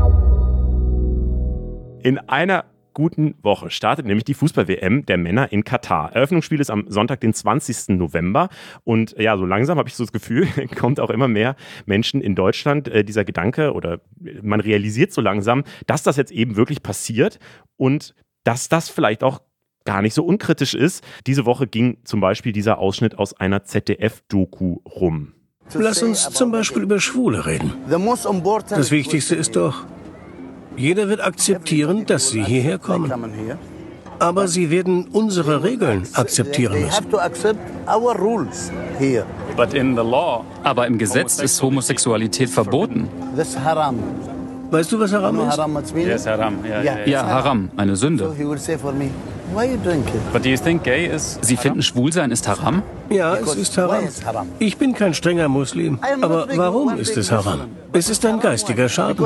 In einer guten Woche startet nämlich die Fußball-W M der Männer in Katar. Eröffnungsspiel ist am Sonntag, den zwanzigsten November. Und ja, so langsam habe ich so das Gefühl, kommt auch immer mehr Menschen in Deutschland äh, dieser Gedanke oder man realisiert so langsam, dass das jetzt eben wirklich passiert und dass das vielleicht auch gar nicht so unkritisch ist. Diese Woche ging zum Beispiel dieser Ausschnitt aus einer Z D F-Doku rum. Lass uns zum Beispiel über Schwule reden. Das Wichtigste ist doch, jeder wird akzeptieren, dass sie hierher kommen. Aber sie werden unsere Regeln akzeptieren müssen. Aber im Gesetz ist Homosexualität verboten. Weißt du, was Haram ist? Ja, Haram, eine Sünde. But do you think gay is... Sie finden Schwulsein ist Haram? Ja, es ist Haram. Ich bin kein strenger Muslim. Aber warum ist es Haram? Es ist ein geistiger Schaden.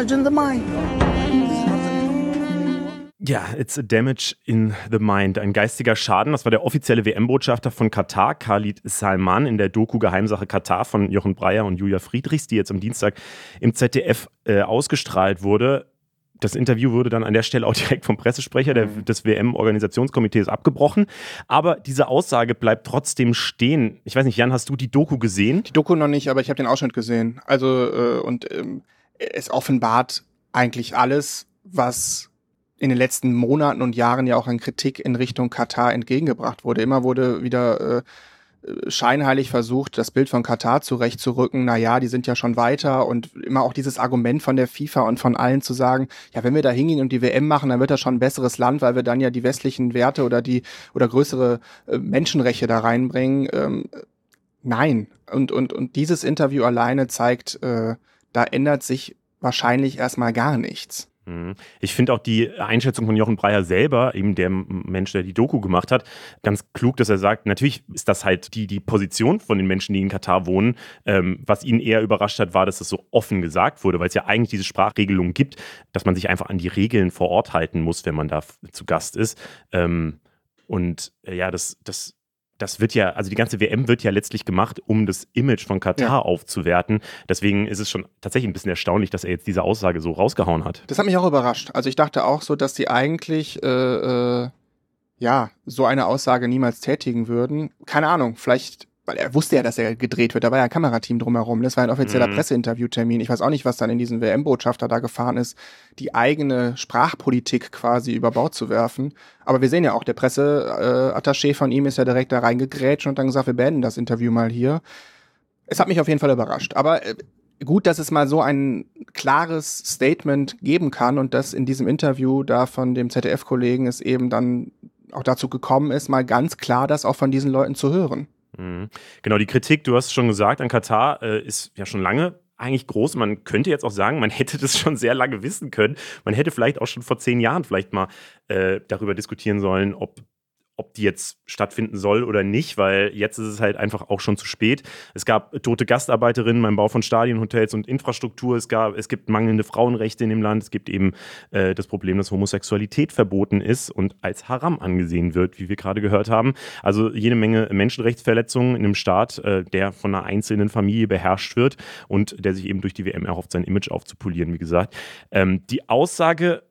Ja, it's a damage in the mind. Ein geistiger Schaden. Das war der offizielle W M-Botschafter von Katar, Khalid Salman, in der Doku Geheimsache Katar von Jochen Breyer und Julia Friedrichs, die jetzt am Dienstag im Z D F äh, ausgestrahlt wurde. Das Interview wurde dann an der Stelle auch direkt vom Pressesprecher der, des W M-Organisationskomitees abgebrochen. Aber diese Aussage bleibt trotzdem stehen. Ich weiß nicht, Jan, hast du die Doku gesehen? Die Doku noch nicht, aber ich habe den Ausschnitt gesehen. Also, äh, und ähm, es offenbart eigentlich alles, was in den letzten Monaten und Jahren ja auch an Kritik in Richtung Katar entgegengebracht wurde. Immer wurde wieder äh, scheinheilig versucht, das Bild von Katar zurechtzurücken. Na ja, die sind ja schon weiter, und immer auch dieses Argument von der FIFA und von allen zu sagen, ja, wenn wir da hingehen und die W M machen, dann wird das schon ein besseres Land, weil wir dann ja die westlichen Werte oder die oder größere äh, Menschenrechte da reinbringen. Ähm, nein. Und und und dieses Interview alleine zeigt, äh, da ändert sich wahrscheinlich erstmal gar nichts. Ich finde auch die Einschätzung von Jochen Breyer selber, eben der Mensch, der die Doku gemacht hat, ganz klug, dass er sagt, natürlich ist das halt die, die Position von den Menschen, die in Katar wohnen. Ähm, was ihn eher überrascht hat, war, dass das so offen gesagt wurde, weil es ja eigentlich diese Sprachregelung gibt, dass man sich einfach an die Regeln vor Ort halten muss, wenn man da zu Gast ist. Ähm, und äh, ja, das, das Das wird ja, also die ganze W M wird ja letztlich gemacht, um das Image von Katar ja. aufzuwerten. Deswegen ist es schon tatsächlich ein bisschen erstaunlich, dass er jetzt diese Aussage so rausgehauen hat. Das hat mich auch überrascht. Also ich dachte auch so, dass die eigentlich äh, äh, ja so eine Aussage niemals tätigen würden. Keine Ahnung, vielleicht, weil er wusste ja, dass er gedreht wird. Da war ja ein Kamerateam drumherum. Das war ein offizieller mhm. Presseinterviewtermin. Ich weiß auch nicht, was dann in diesen W M-Botschafter da gefahren ist, die eigene Sprachpolitik quasi über Bord zu werfen. Aber wir sehen ja auch, der Presseattaché von ihm ist ja direkt da reingegrätscht und dann gesagt, wir beenden das Interview mal hier. Es hat mich auf jeden Fall überrascht. Aber äh, gut, dass es mal so ein klares Statement geben kann und dass in diesem Interview da von dem Z D F-Kollegen es eben dann auch dazu gekommen ist, mal ganz klar das auch von diesen Leuten zu hören. Mhm. Genau, die Kritik, du hast es schon gesagt, an Katar äh, ist ja schon lange eigentlich groß. Man könnte jetzt auch sagen, man hätte das schon sehr lange wissen können. Man hätte vielleicht auch schon vor zehn Jahren vielleicht mal äh, darüber diskutieren sollen, ob ob die jetzt stattfinden soll oder nicht, weil jetzt ist es halt einfach auch schon zu spät. Es gab tote Gastarbeiterinnen beim Bau von Stadien, Hotels und Infrastruktur. Es gab, es gibt mangelnde Frauenrechte in dem Land. Es gibt eben äh, das Problem, dass Homosexualität verboten ist und als Haram angesehen wird, wie wir gerade gehört haben. Also jede Menge Menschenrechtsverletzungen in einem Staat, äh, der von einer einzelnen Familie beherrscht wird und der sich eben durch die W M erhofft, sein Image aufzupolieren, wie gesagt. Ähm, die Aussage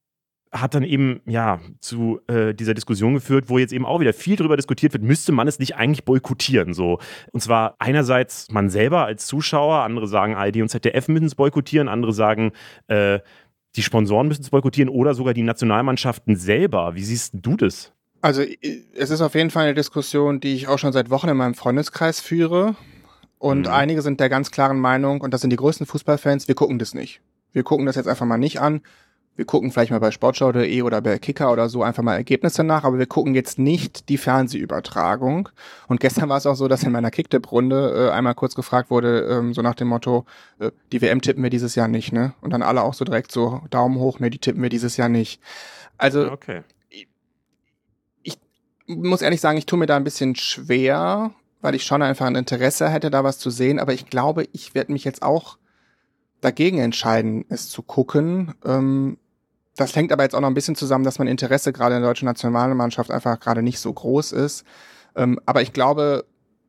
hat dann eben ja zu äh, dieser Diskussion geführt, wo jetzt eben auch wieder viel darüber diskutiert wird, müsste man es nicht eigentlich boykottieren, so. Und zwar einerseits man selber als Zuschauer, andere sagen A R D und Z D F müssen es boykottieren, andere sagen äh, die Sponsoren müssen es boykottieren oder sogar die Nationalmannschaften selber. Wie siehst du das? Also es ist auf jeden Fall eine Diskussion, die ich auch schon seit Wochen in meinem Freundeskreis führe, und mhm. einige sind der ganz klaren Meinung, und das sind die größten Fußballfans, wir gucken das nicht. Wir gucken das jetzt einfach mal nicht an. Wir gucken vielleicht mal bei sportschau punkt de oder bei Kicker oder so einfach mal Ergebnisse nach, aber wir gucken jetzt nicht die Fernsehübertragung. Und gestern war es auch so, dass in meiner Kicktipp-Runde äh, einmal kurz gefragt wurde, ähm, so nach dem Motto, äh, die W M tippen wir dieses Jahr nicht, ne? Und dann alle auch so direkt so Daumen hoch, ne, die tippen wir dieses Jahr nicht. Also okay. ich, ich muss ehrlich sagen, ich tue mir da ein bisschen schwer, weil ich schon einfach ein Interesse hätte, da was zu sehen, aber ich glaube, ich werde mich jetzt auch dagegen entscheiden, es zu gucken. Ähm, das hängt aber jetzt auch noch ein bisschen zusammen, dass mein Interesse gerade in der deutschen Nationalmannschaft einfach gerade nicht so groß ist. Ähm, aber ich glaube,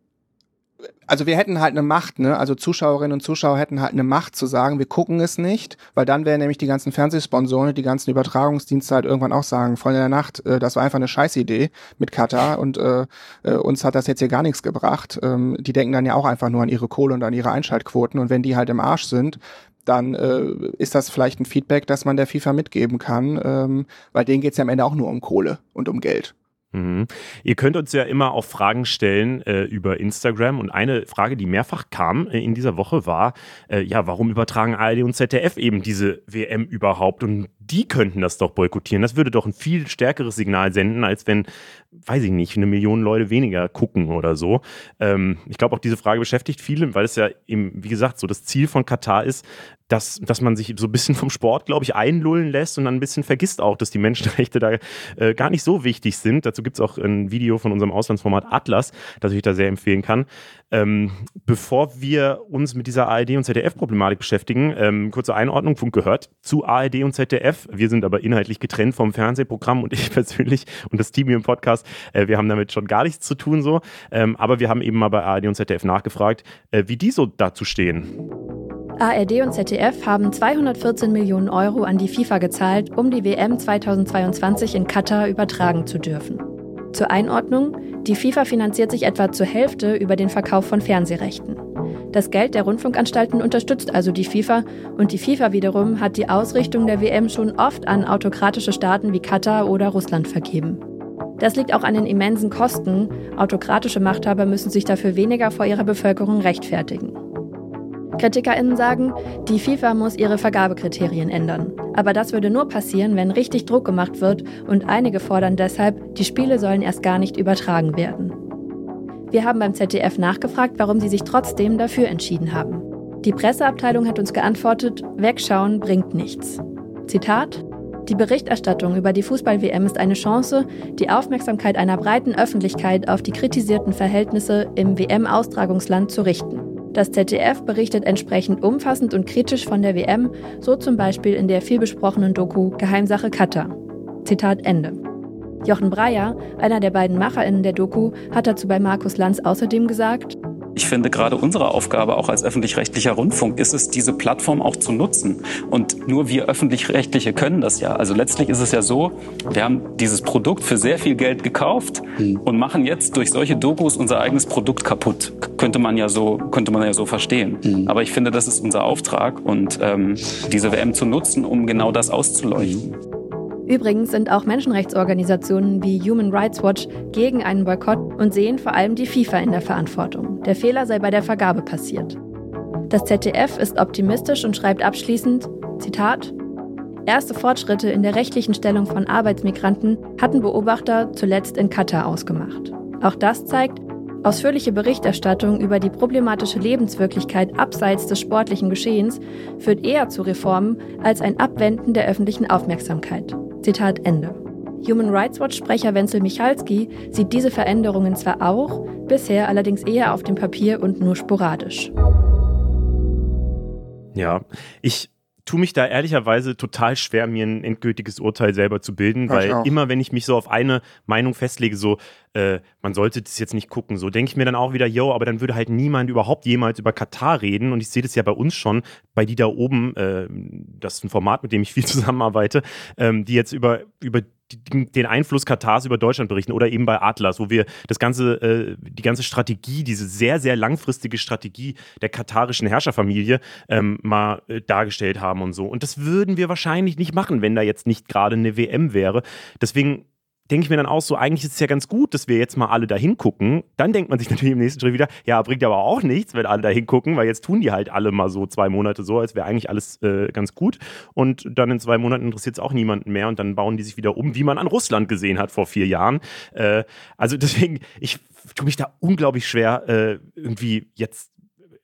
also wir hätten halt eine Macht, ne? Also Zuschauerinnen und Zuschauer hätten halt eine Macht zu sagen, wir gucken es nicht, weil dann wären nämlich die ganzen Fernsehsponsoren, die ganzen Übertragungsdienste halt irgendwann auch sagen, Freunde der Nacht, äh, das war einfach eine Scheißidee mit Katar und äh, äh, uns hat das jetzt hier gar nichts gebracht. Ähm, die denken dann ja auch einfach nur an ihre Kohle und an ihre Einschaltquoten, und wenn die halt im Arsch sind, dann äh, ist das vielleicht ein Feedback, das man der FIFA mitgeben kann, ähm, weil denen geht's ja am Ende auch nur um Kohle und um Geld. Mhm. Ihr könnt uns ja immer auch Fragen stellen äh, über Instagram, und eine Frage, die mehrfach kam äh, in dieser Woche war, äh, ja, warum übertragen A R D und Z D F eben diese W M überhaupt? Und die könnten das doch boykottieren. Das würde doch ein viel stärkeres Signal senden, als wenn, weiß ich nicht, eine Million Leute weniger gucken oder so. Ähm, ich glaube, auch diese Frage beschäftigt viele, weil es ja eben, wie gesagt, so das Ziel von Katar ist, dass, dass man sich so ein bisschen vom Sport, glaube ich, einlullen lässt und dann ein bisschen vergisst auch, dass die Menschenrechte da äh, gar nicht so wichtig sind. Dazu gibt es auch ein Video von unserem Auslandsformat Atlas, das ich da sehr empfehlen kann. Ähm, bevor wir uns mit dieser A R D- und Z D F-Problematik beschäftigen, ähm, kurze Einordnung, Funk gehört zu A R D und Z D F. Wir sind aber inhaltlich getrennt vom Fernsehprogramm und ich persönlich und das Team hier im Podcast, äh, wir haben damit schon gar nichts zu tun so. Ähm, aber wir haben eben mal bei A R D und Z D F nachgefragt, äh, wie die so dazu stehen. A R D und Z D F haben zweihundertvierzehn Millionen Euro an die FIFA gezahlt, um die W M zweitausendzweiundzwanzig in Katar übertragen zu dürfen. Zur Einordnung, die FIFA finanziert sich etwa zur Hälfte über den Verkauf von Fernsehrechten. Das Geld der Rundfunkanstalten unterstützt also die FIFA und die FIFA wiederum hat die Ausrichtung der W M schon oft an autokratische Staaten wie Katar oder Russland vergeben. Das liegt auch an den immensen Kosten. Autokratische Machthaber müssen sich dafür weniger vor ihrer Bevölkerung rechtfertigen. KritikerInnen sagen, die FIFA muss ihre Vergabekriterien ändern. Aber das würde nur passieren, wenn richtig Druck gemacht wird und einige fordern deshalb, die Spiele sollen erst gar nicht übertragen werden. Wir haben beim Z D F nachgefragt, warum sie sich trotzdem dafür entschieden haben. Die Presseabteilung hat uns geantwortet, wegschauen bringt nichts. Zitat: Die Berichterstattung über die Fußball-W M ist eine Chance, die Aufmerksamkeit einer breiten Öffentlichkeit auf die kritisierten Verhältnisse im W M-Austragungsland zu richten. Das Z D F berichtet entsprechend umfassend und kritisch von der W M, so zum Beispiel in der vielbesprochenen Doku Geheimsache Katar. Zitat Ende. Jochen Breyer, einer der beiden MacherInnen der Doku, hat dazu bei Markus Lanz außerdem gesagt: Ich finde, gerade unsere Aufgabe auch als öffentlich-rechtlicher Rundfunk ist es, diese Plattform auch zu nutzen. Und nur wir Öffentlich-Rechtliche können das ja. Also letztlich ist es ja so, wir haben dieses Produkt für sehr viel Geld gekauft mhm. und machen jetzt durch solche Dokus unser eigenes Produkt kaputt. Könnte man ja so, könnte man ja so verstehen. Mhm. Aber ich finde, das ist unser Auftrag und ähm, diese W M zu nutzen, um genau das auszuleuchten. Mhm. Übrigens sind auch Menschenrechtsorganisationen wie Human Rights Watch gegen einen Boykott und sehen vor allem die FIFA in der Verantwortung. Der Fehler sei bei der Vergabe passiert. Das Z D F ist optimistisch und schreibt abschließend, Zitat: Erste Fortschritte in der rechtlichen Stellung von Arbeitsmigranten hatten Beobachter zuletzt in Katar ausgemacht. Auch das zeigt, ausführliche Berichterstattung über die problematische Lebenswirklichkeit abseits des sportlichen Geschehens führt eher zu Reformen als ein Abwenden der öffentlichen Aufmerksamkeit. Zitat Ende. Human Rights Watch-Sprecher Wenzel Michalski sieht diese Veränderungen zwar auch, bisher allerdings eher auf dem Papier und nur sporadisch. Ja, ich tue mich da ehrlicherweise total schwer, mir ein endgültiges Urteil selber zu bilden, ja, weil immer, wenn ich mich so auf eine Meinung festlege, so, äh, man sollte das jetzt nicht gucken, so denke ich mir dann auch wieder, yo, aber dann würde halt niemand überhaupt jemals über Katar reden und ich sehe das ja bei uns schon, bei die da oben, äh, das ist ein Format, mit dem ich viel zusammenarbeite, ähm, die jetzt über, über den Einfluss Katars über Deutschland berichten oder eben bei Atlas, wo wir das ganze, äh, die ganze Strategie, diese sehr, sehr langfristige Strategie der katarischen Herrscherfamilie ähm, mal äh, dargestellt haben und so. Und das würden wir wahrscheinlich nicht machen, wenn da jetzt nicht gerade eine W M wäre. Deswegen denke ich mir dann auch so, eigentlich ist es ja ganz gut, dass wir jetzt mal alle da hingucken. Dann denkt man sich natürlich im nächsten Schritt wieder, ja, bringt aber auch nichts, wenn alle da hingucken, weil jetzt tun die halt alle mal so zwei Monate so, als wäre eigentlich alles äh, ganz gut. Und dann in zwei Monaten interessiert es auch niemanden mehr und dann bauen die sich wieder um, wie man an Russland gesehen hat vor vier Jahren. Äh, also deswegen, ich tue mich da unglaublich schwer, äh, irgendwie jetzt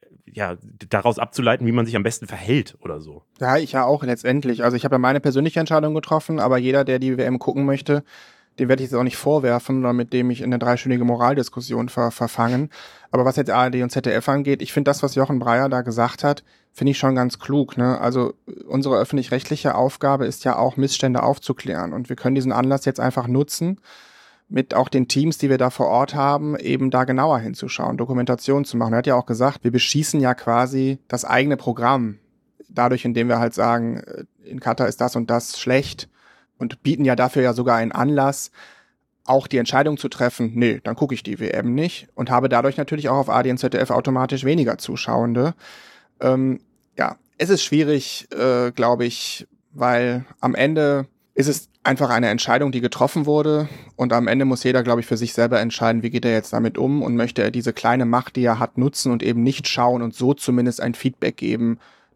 ja, daraus abzuleiten, wie man sich am besten verhält oder so. Ja, ich ja auch letztendlich. Also ich habe ja meine persönliche Entscheidung getroffen, aber jeder, der die W M gucken möchte, dem werde ich jetzt auch nicht vorwerfen, sondern mit dem ich in eine dreistündige Moraldiskussion ver- verfangen. Aber was jetzt A R D und Z D F angeht, ich finde das, was Jochen Breyer da gesagt hat, finde ich schon ganz klug, ne? Also unsere öffentlich-rechtliche Aufgabe ist ja auch, Missstände aufzuklären. Und wir können diesen Anlass jetzt einfach nutzen, mit auch den Teams, die wir da vor Ort haben, eben da genauer hinzuschauen, Dokumentation zu machen. Er hat ja auch gesagt, wir beschießen ja quasi das eigene Programm, dadurch, indem wir halt sagen, in Katar ist das und das schlecht, und bieten ja dafür ja sogar einen Anlass, auch die Entscheidung zu treffen, nee, dann gucke ich die W M nicht, und habe dadurch natürlich auch auf A R D und Z D F automatisch weniger Zuschauende. Ähm, ja, es ist schwierig, äh, glaube ich, weil am Ende ist es einfach eine Entscheidung, die getroffen wurde, und am Ende muss jeder, glaube ich, für sich selber entscheiden, wie geht er jetzt damit um und möchte er diese kleine Macht, die er hat, nutzen und eben nicht schauen und so zumindest ein Feedback geben,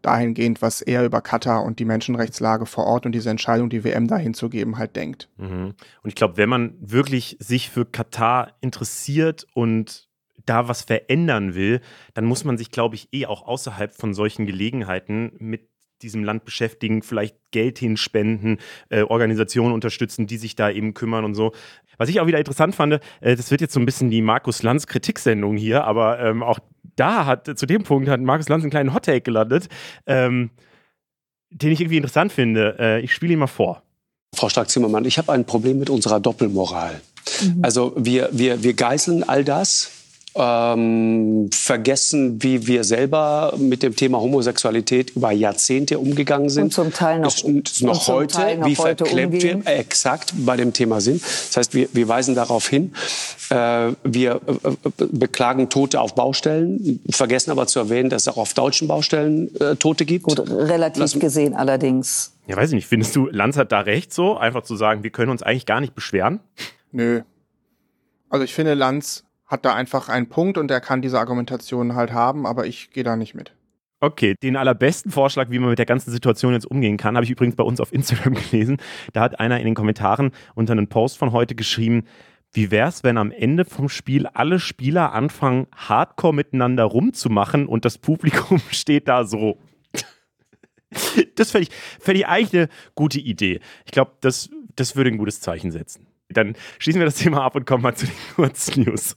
dahingehend, was er über Katar und die Menschenrechtslage vor Ort und diese Entscheidung, die W M dahin zu geben, halt denkt. Mhm. Und ich glaube, wenn man wirklich sich für Katar interessiert und da was verändern will, dann muss man sich, glaube ich, eh auch außerhalb von solchen Gelegenheiten mit diesem Land beschäftigen, vielleicht Geld hinspenden, äh, Organisationen unterstützen, die sich da eben kümmern und so. Was ich auch wieder interessant fand, äh, das wird jetzt so ein bisschen die Markus Lanz Kritiksendung hier, aber ähm, auch da hat, zu dem Punkt hat Markus Lanz einen kleinen Hottake gelandet, ähm, den ich irgendwie interessant finde. Äh, ich spiele ihn mal vor. Frau Strack-Zimmermann, ich habe ein Problem mit unserer Doppelmoral. Mhm. Also wir, wir, wir geißeln all das, Ähm, vergessen, wie wir selber mit dem Thema Homosexualität über Jahrzehnte umgegangen sind. Und zum Teil noch, ist, noch zum heute, Teil noch wie heute verklemmt umgehen. wir exakt bei dem Thema sind. Das heißt, wir, wir weisen darauf hin. Äh, wir äh, beklagen Tote auf Baustellen, vergessen aber zu erwähnen, dass es auch auf deutschen Baustellen äh, Tote gibt. Gut, relativ Lass, gesehen allerdings. Ja, weiß ich nicht. Findest du, Lanz hat da recht so? Einfach zu sagen, wir können uns eigentlich gar nicht beschweren? Nö. Also ich finde, Lanz hat da einfach einen Punkt und er kann diese Argumentation halt haben, aber ich gehe da nicht mit. Okay, den allerbesten Vorschlag, wie man mit der ganzen Situation jetzt umgehen kann, habe ich übrigens bei uns auf Instagram gelesen. Da hat einer in den Kommentaren unter einem Post von heute geschrieben, wie wär's, wenn am Ende vom Spiel alle Spieler anfangen, hardcore miteinander rumzumachen und das Publikum steht da so. Das fände ich, fänd ich eigentlich eine gute Idee. Ich glaube, das, das würde ein gutes Zeichen setzen. Dann schließen wir das Thema ab und kommen mal zu den Kurznews.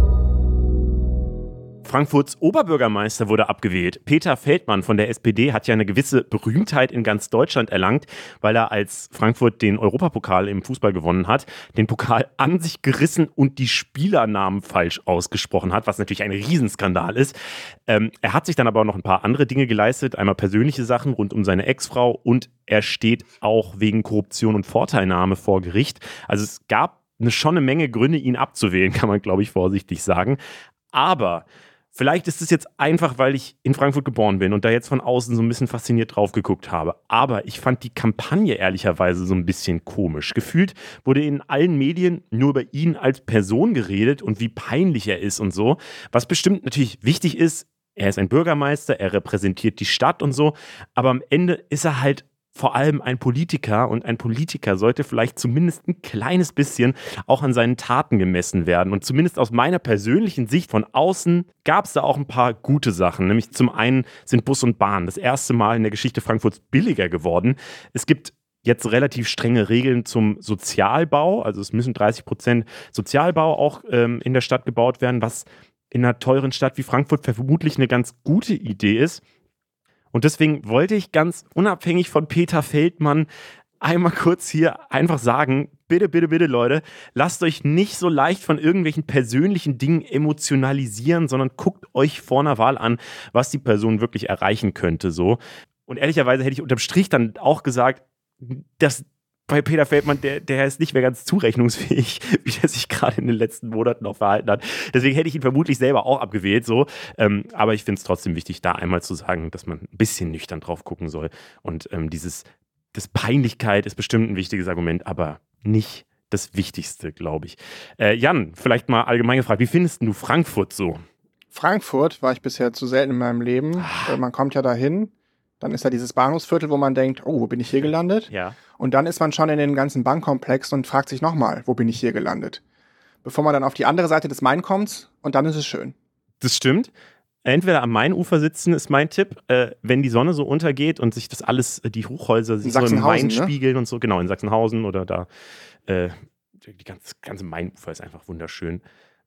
Frankfurts Oberbürgermeister wurde abgewählt. Peter Feldmann von der S P D hat ja eine gewisse Berühmtheit in ganz Deutschland erlangt, weil er, als Frankfurt den Europapokal im Fußball gewonnen hat, den Pokal an sich gerissen und die Spielernamen falsch ausgesprochen hat, was natürlich ein Riesenskandal ist. Ähm, er hat sich dann aber auch noch ein paar andere Dinge geleistet, einmal persönliche Sachen rund um seine Ex-Frau und er steht auch wegen Korruption und Vorteilnahme vor Gericht. Also es gab eine, schon eine Menge Gründe, ihn abzuwählen, kann man, glaube ich, vorsichtig sagen. Aber vielleicht ist es jetzt einfach, weil ich in Frankfurt geboren bin und da jetzt von außen so ein bisschen fasziniert drauf geguckt habe. Aber ich fand die Kampagne ehrlicherweise so ein bisschen komisch. Gefühlt wurde in allen Medien nur über ihn als Person geredet und wie peinlich er ist und so. Was bestimmt natürlich wichtig ist, er ist ein Bürgermeister, er repräsentiert die Stadt und so. Aber am Ende ist er halt vor allem ein Politiker und ein Politiker sollte vielleicht zumindest ein kleines bisschen auch an seinen Taten gemessen werden. Und zumindest aus meiner persönlichen Sicht von außen gab es da auch ein paar gute Sachen. Nämlich zum einen sind Bus und Bahn das erste Mal in der Geschichte Frankfurts billiger geworden. Es gibt jetzt relativ strenge Regeln zum Sozialbau. Also es müssen dreißig Prozent Sozialbau auch ähm, in der Stadt gebaut werden, was in einer teuren Stadt wie Frankfurt vermutlich eine ganz gute Idee ist. Und deswegen wollte ich ganz unabhängig von Peter Feldmann einmal kurz hier einfach sagen, bitte, bitte, bitte, Leute, lasst euch nicht so leicht von irgendwelchen persönlichen Dingen emotionalisieren, sondern guckt euch vor einer Wahl an, was die Person wirklich erreichen könnte. So. Und ehrlicherweise hätte ich unterm Strich dann auch gesagt, dass bei Peter Feldmann, der, der ist nicht mehr ganz zurechnungsfähig, wie der sich gerade in den letzten Monaten noch verhalten hat. Deswegen hätte ich ihn vermutlich selber auch abgewählt. So. Ähm, aber ich finde es trotzdem wichtig, da einmal zu sagen, dass man ein bisschen nüchtern drauf gucken soll. Und ähm, dieses das Peinlichkeit ist bestimmt ein wichtiges Argument, aber nicht das Wichtigste, glaube ich. Äh, Jan, vielleicht mal allgemein gefragt, wie findest du Frankfurt so? Frankfurt war ich bisher zu selten in meinem Leben. Ah. Man kommt ja dahin. Dann ist da dieses Bahnhofsviertel, wo man denkt, oh, wo bin ich hier gelandet? Ja. Und dann ist man schon in den ganzen Bankkomplex und fragt sich nochmal, wo bin ich hier gelandet? Bevor man dann auf die andere Seite des Main kommt und dann ist es schön. Das stimmt. Entweder am Mainufer sitzen ist mein Tipp, äh, wenn die Sonne so untergeht und sich das alles, die Hochhäuser sich so im Main spiegeln, ne? Und so, genau, in Sachsenhausen oder da, äh, die ganze, ganze Mainufer ist einfach wunderschön.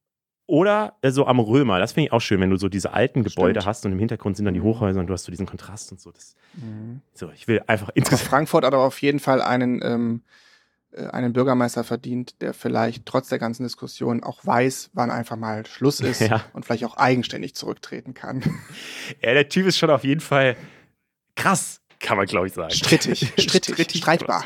Oder äh, so am Römer, das finde ich auch schön, wenn du so diese alten Gebäude Stimmt. hast und im Hintergrund sind dann die Hochhäuser und du hast so diesen Kontrast und so. Das, mhm. So, ich will einfach insgesamt. Frankfurt hat aber auf jeden Fall einen, ähm, äh, einen Bürgermeister verdient, der vielleicht trotz der ganzen Diskussion auch weiß, wann einfach mal Schluss ist ja. und vielleicht auch eigenständig zurücktreten kann. Ja, der Typ ist schon auf jeden Fall krass, kann man glaube ich sagen. Strittig, strittig, strittig streitbar.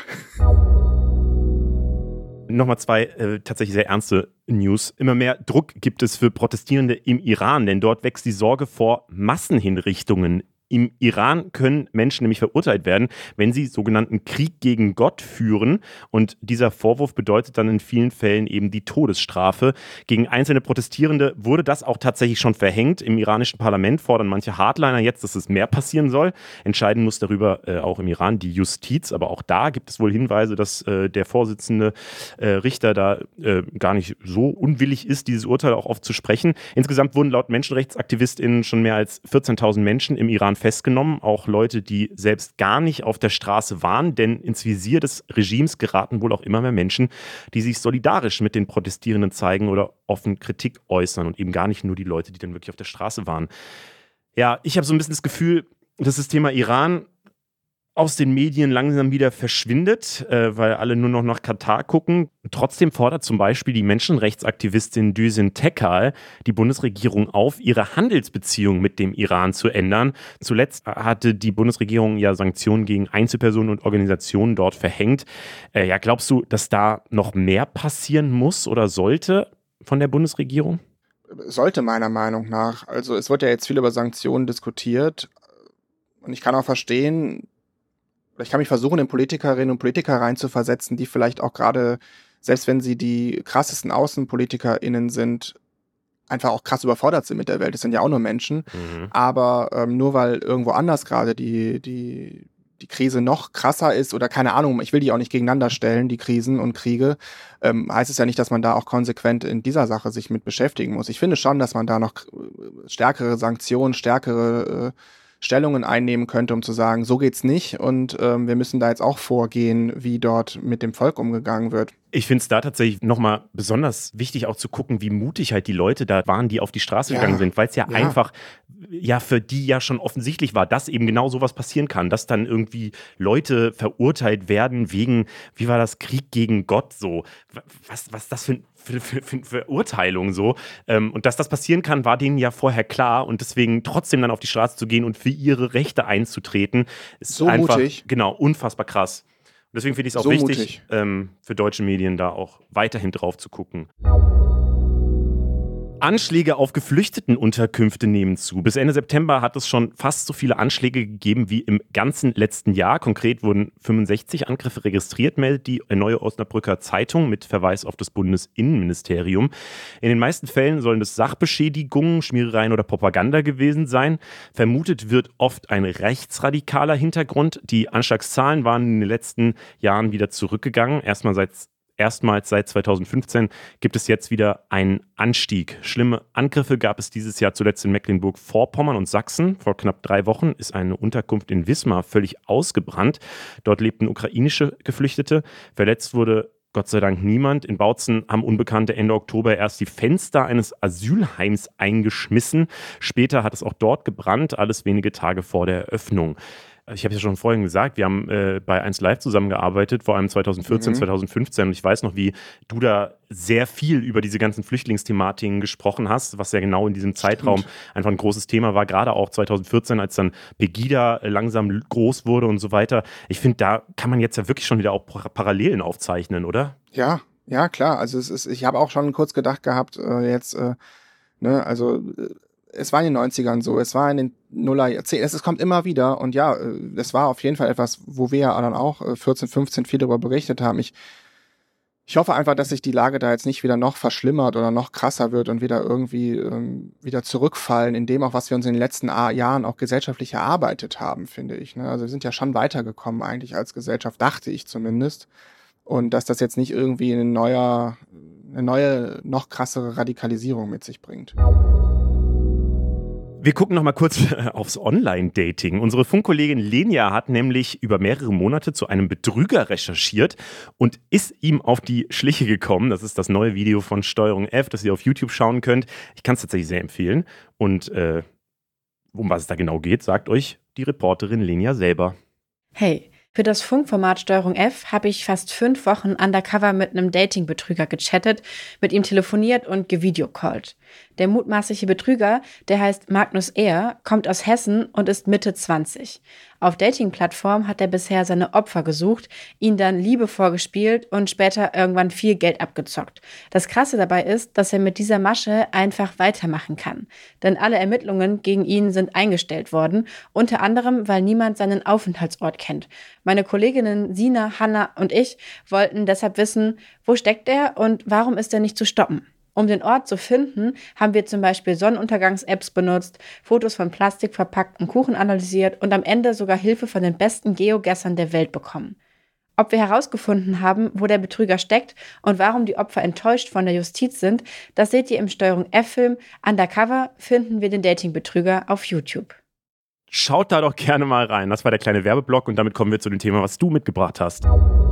Nochmal zwei äh, tatsächlich sehr ernste News. Immer mehr Druck gibt es für Protestierende im Iran, denn dort wächst die Sorge vor Massenhinrichtungen Im Iran können Menschen nämlich verurteilt werden, wenn sie sogenannten Krieg gegen Gott führen. Und dieser Vorwurf bedeutet dann in vielen Fällen eben die Todesstrafe. Gegen einzelne Protestierende wurde das auch tatsächlich schon verhängt. Im iranischen Parlament fordern manche Hardliner jetzt, dass es mehr passieren soll. Entscheiden muss darüber äh, auch im Iran die Justiz. Aber auch da gibt es wohl Hinweise, dass äh, der Vorsitzende äh, Richter da äh, gar nicht so unwillig ist, dieses Urteil auch oft zu sprechen. Insgesamt wurden laut MenschenrechtsaktivistInnen schon mehr als vierzehntausend Menschen im Iran festgenommen. Auch Leute, die selbst gar nicht auf der Straße waren, denn ins Visier des Regimes geraten wohl auch immer mehr Menschen, die sich solidarisch mit den Protestierenden zeigen oder offen Kritik äußern und eben gar nicht nur die Leute, die dann wirklich auf der Straße waren. Ja, ich habe so ein bisschen das Gefühl, dass das Thema Iran aus den Medien langsam wieder verschwindet, äh, weil alle nur noch nach Katar gucken. Trotzdem fordert zum Beispiel die Menschenrechtsaktivistin Düzin Tekal die Bundesregierung auf, ihre Handelsbeziehungen mit dem Iran zu ändern. Zuletzt hatte die Bundesregierung ja Sanktionen gegen Einzelpersonen und Organisationen dort verhängt. Äh, ja, glaubst du, dass da noch mehr passieren muss oder sollte von der Bundesregierung? Sollte meiner Meinung nach. Also es wird ja jetzt viel über Sanktionen diskutiert und ich kann auch verstehen, ich kann mich versuchen, in Politikerinnen und Politiker reinzuversetzen, die vielleicht auch gerade, selbst wenn sie die krassesten AußenpolitikerInnen sind, einfach auch krass überfordert sind mit der Welt. Das sind ja auch nur Menschen. Mhm. Aber ähm, nur weil irgendwo anders gerade die, die, die Krise noch krasser ist oder keine Ahnung, ich will die auch nicht gegeneinander stellen, die Krisen und Kriege, ähm, heißt es ja nicht, dass man da auch konsequent in dieser Sache sich mit beschäftigen muss. Ich finde schon, dass man da noch stärkere Sanktionen, stärkere äh, Stellungen einnehmen könnte, um zu sagen, so geht's nicht und ähm, wir müssen da jetzt auch vorgehen, wie dort mit dem Volk umgegangen wird. Ich finde es da tatsächlich nochmal besonders wichtig auch zu gucken, wie mutig halt die Leute da waren, die auf die Straße ja. gegangen sind, weil es ja, ja einfach ja für die ja schon offensichtlich war, dass eben genau sowas passieren kann, dass dann irgendwie Leute verurteilt werden wegen, wie war das, Krieg gegen Gott so. Was, was das für ein Für, für, für Verurteilung so. Und dass das passieren kann, war denen ja vorher klar und deswegen trotzdem dann auf die Straße zu gehen und für ihre Rechte einzutreten, ist so einfach mutig. Genau, unfassbar krass. Und deswegen finde ich es auch so wichtig, ähm, für deutsche Medien da auch weiterhin drauf zu gucken. Anschläge auf Geflüchtetenunterkünfte nehmen zu. Bis Ende September hat es schon fast so viele Anschläge gegeben wie im ganzen letzten Jahr. Konkret wurden fünfundsechzig Angriffe registriert, meldet die Neue Osnabrücker Zeitung mit Verweis auf das Bundesinnenministerium. In den meisten Fällen sollen das Sachbeschädigungen, Schmierereien oder Propaganda gewesen sein. Vermutet wird oft ein rechtsradikaler Hintergrund. Die Anschlagszahlen waren in den letzten Jahren wieder zurückgegangen. Erstmal seit Erstmals seit zweitausendfünfzehn gibt es jetzt wieder einen Anstieg. Schlimme Angriffe gab es dieses Jahr zuletzt in Mecklenburg-Vorpommern und Sachsen. Vor knapp drei Wochen ist eine Unterkunft in Wismar völlig ausgebrannt. Dort lebten ukrainische Geflüchtete. Verletzt wurde Gott sei Dank niemand. In Bautzen haben Unbekannte Ende Oktober erst die Fenster eines Asylheims eingeschmissen. Später hat es auch dort gebrannt, alles wenige Tage vor der Eröffnung. Ich habe ja schon vorhin gesagt, wir haben äh, bei eins Live zusammengearbeitet, vor allem zweitausendvierzehn, mhm. zweitausendfünfzehn. Und ich weiß noch, wie du da sehr viel über diese ganzen Flüchtlingsthematiken gesprochen hast, was ja genau in diesem Zeitraum Stimmt. einfach ein großes Thema war, gerade auch zweitausendvierzehn, als dann Pegida langsam groß wurde und so weiter. Ich finde, da kann man jetzt ja wirklich schon wieder auch Parallelen aufzeichnen, oder? Ja, ja, klar. Also es ist, ich habe auch schon kurz gedacht gehabt, äh, jetzt, äh, ne, also äh, es war in den neunzigern so, es war in den Nullerjahrzehnten, es, es kommt immer wieder und ja, es war auf jeden Fall etwas, wo wir ja dann auch vierzehn, fünfzehn viel darüber berichtet haben. Ich, ich hoffe einfach, dass sich die Lage da jetzt nicht wieder noch verschlimmert oder noch krasser wird und wieder irgendwie ähm, wieder zurückfallen in dem auch, was wir uns in den letzten Jahren auch gesellschaftlich erarbeitet haben, finde ich. Ne? Also wir sind ja schon weitergekommen eigentlich als Gesellschaft, dachte ich zumindest. Und dass das jetzt nicht irgendwie eine neue, eine neue, noch krassere Radikalisierung mit sich bringt. Wir gucken noch mal kurz aufs Online-Dating. Unsere Funkkollegin Lenia hat nämlich über mehrere Monate zu einem Betrüger recherchiert und ist ihm auf die Schliche gekommen. Das ist das neue Video von Steuerung F, das ihr auf YouTube schauen könnt. Ich kann es tatsächlich sehr empfehlen. Und äh, um was es da genau geht, sagt euch die Reporterin Lenia selber. Hey. Für das Funkformat Steuerung F habe ich fast fünf Wochen undercover mit einem Dating-Betrüger gechattet, mit ihm telefoniert und gevideocallt. Der mutmaßliche Betrüger, der heißt Magnus Ehr, kommt aus Hessen und ist Mitte zwanzig. Auf Dating-Plattformen hat er bisher seine Opfer gesucht, ihnen dann Liebe vorgespielt und später irgendwann viel Geld abgezockt. Das Krasse dabei ist, dass er mit dieser Masche einfach weitermachen kann. Denn alle Ermittlungen gegen ihn sind eingestellt worden, unter anderem, weil niemand seinen Aufenthaltsort kennt. Meine Kolleginnen Sina, Hanna und ich wollten deshalb wissen, wo steckt er und warum ist er nicht zu stoppen? Um den Ort zu finden, haben wir zum Beispiel Sonnenuntergangs-Apps benutzt, Fotos von plastikverpackten Kuchen analysiert und am Ende sogar Hilfe von den besten Geogessern der Welt bekommen. Ob wir herausgefunden haben, wo der Betrüger steckt und warum die Opfer enttäuscht von der Justiz sind, das seht ihr im Steuerung F-Film. Undercover finden wir den Dating-Betrüger auf YouTube. Schaut da doch gerne mal rein. Das war der kleine Werbeblock und damit kommen wir zu dem Thema, was du mitgebracht hast.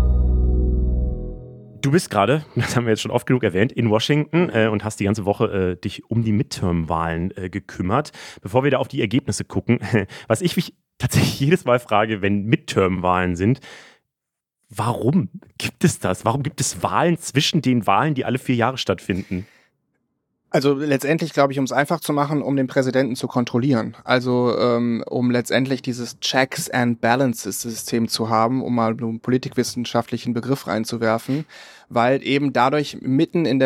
Du bist gerade, das haben wir jetzt schon oft genug erwähnt, in Washington äh, und hast die ganze Woche äh, dich um die Midterm-Wahlen äh, gekümmert. Bevor wir da auf die Ergebnisse gucken, was ich mich tatsächlich jedes Mal frage, wenn Midterm-Wahlen sind, warum gibt es das? Warum gibt es Wahlen zwischen den Wahlen, die alle vier Jahre stattfinden? Also letztendlich, glaube ich, um es einfach zu machen, um den Präsidenten zu kontrollieren. Also ähm, um letztendlich dieses Checks and Balances System zu haben, um mal einen politikwissenschaftlichen Begriff reinzuwerfen, weil eben dadurch mitten in der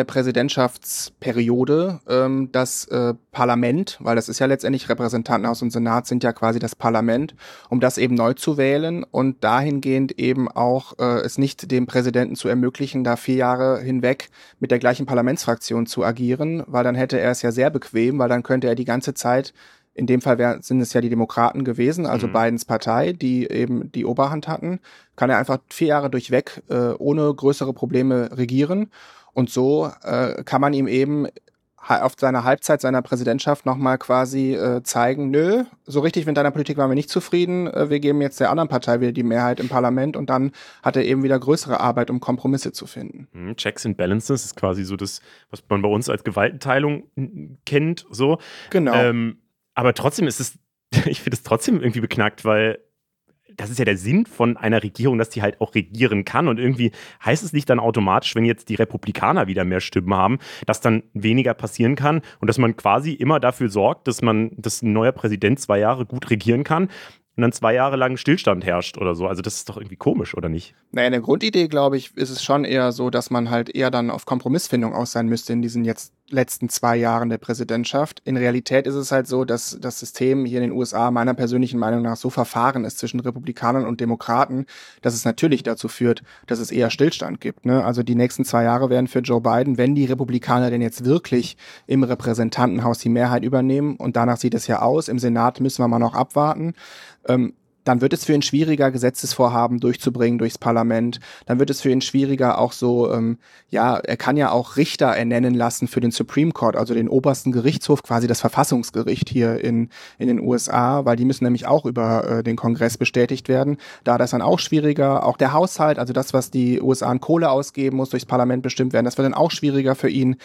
Präsidentschaftsperiode ähm, das äh, Parlament, weil das ist ja letztendlich Repräsentantenhaus und Senat sind ja quasi das Parlament, um das eben neu zu wählen und dahingehend eben auch äh, es nicht dem Präsidenten zu ermöglichen, da vier Jahre hinweg mit der gleichen Parlamentsfraktion zu agieren, weil dann hätte er es ja sehr bequem, weil dann könnte er die ganze Zeit, in dem Fall wär, sind es ja die Demokraten gewesen, also mhm. Bidens Partei, die eben die Oberhand hatten, kann er einfach vier Jahre durchweg äh, ohne größere Probleme regieren. Und so äh, kann man ihm eben auf seiner Halbzeit seiner Präsidentschaft nochmal quasi äh, zeigen, nö, so richtig mit deiner Politik waren wir nicht zufrieden, äh, wir geben jetzt der anderen Partei wieder die Mehrheit im Parlament und dann hat er eben wieder größere Arbeit, um Kompromisse zu finden. Checks and Balances ist quasi so das, was man bei uns als Gewaltenteilung kennt, so. Genau. Ähm, aber trotzdem ist es, ich finde es trotzdem irgendwie beknackt, weil das ist ja der Sinn von einer Regierung, dass die halt auch regieren kann. Und irgendwie heißt es nicht dann automatisch, wenn jetzt die Republikaner wieder mehr Stimmen haben, dass dann weniger passieren kann und dass man quasi immer dafür sorgt, dass man, dass ein neuer Präsident zwei Jahre gut regieren kann und dann zwei Jahre lang Stillstand herrscht oder so. Also das ist doch irgendwie komisch, oder nicht? Naja, in der Grundidee, glaube ich, ist es schon eher so, dass man halt eher dann auf Kompromissfindung aus sein müsste in diesen jetzt letzten zwei Jahren der Präsidentschaft. In Realität ist es halt so, dass das System hier in den U S A meiner persönlichen Meinung nach so verfahren ist zwischen Republikanern und Demokraten, dass es natürlich dazu führt, dass es eher Stillstand gibt. Ne? Also die nächsten zwei Jahre werden für Joe Biden, wenn die Republikaner denn jetzt wirklich im Repräsentantenhaus die Mehrheit übernehmen, und danach sieht es ja aus, im Senat müssen wir mal noch abwarten, ähm, dann wird es für ihn schwieriger, Gesetzesvorhaben durchzubringen durchs Parlament. Dann wird es für ihn schwieriger, auch so, ähm, ja, er kann ja auch Richter ernennen lassen für den Supreme Court, also den obersten Gerichtshof, quasi das Verfassungsgericht hier in in den U S A, weil die müssen nämlich auch über äh, den Kongress bestätigt werden. Da das dann auch schwieriger. Auch der Haushalt, also das, was die U S A an Kohle ausgeben muss, durchs Parlament bestimmt werden, das wird dann auch schwieriger für ihn.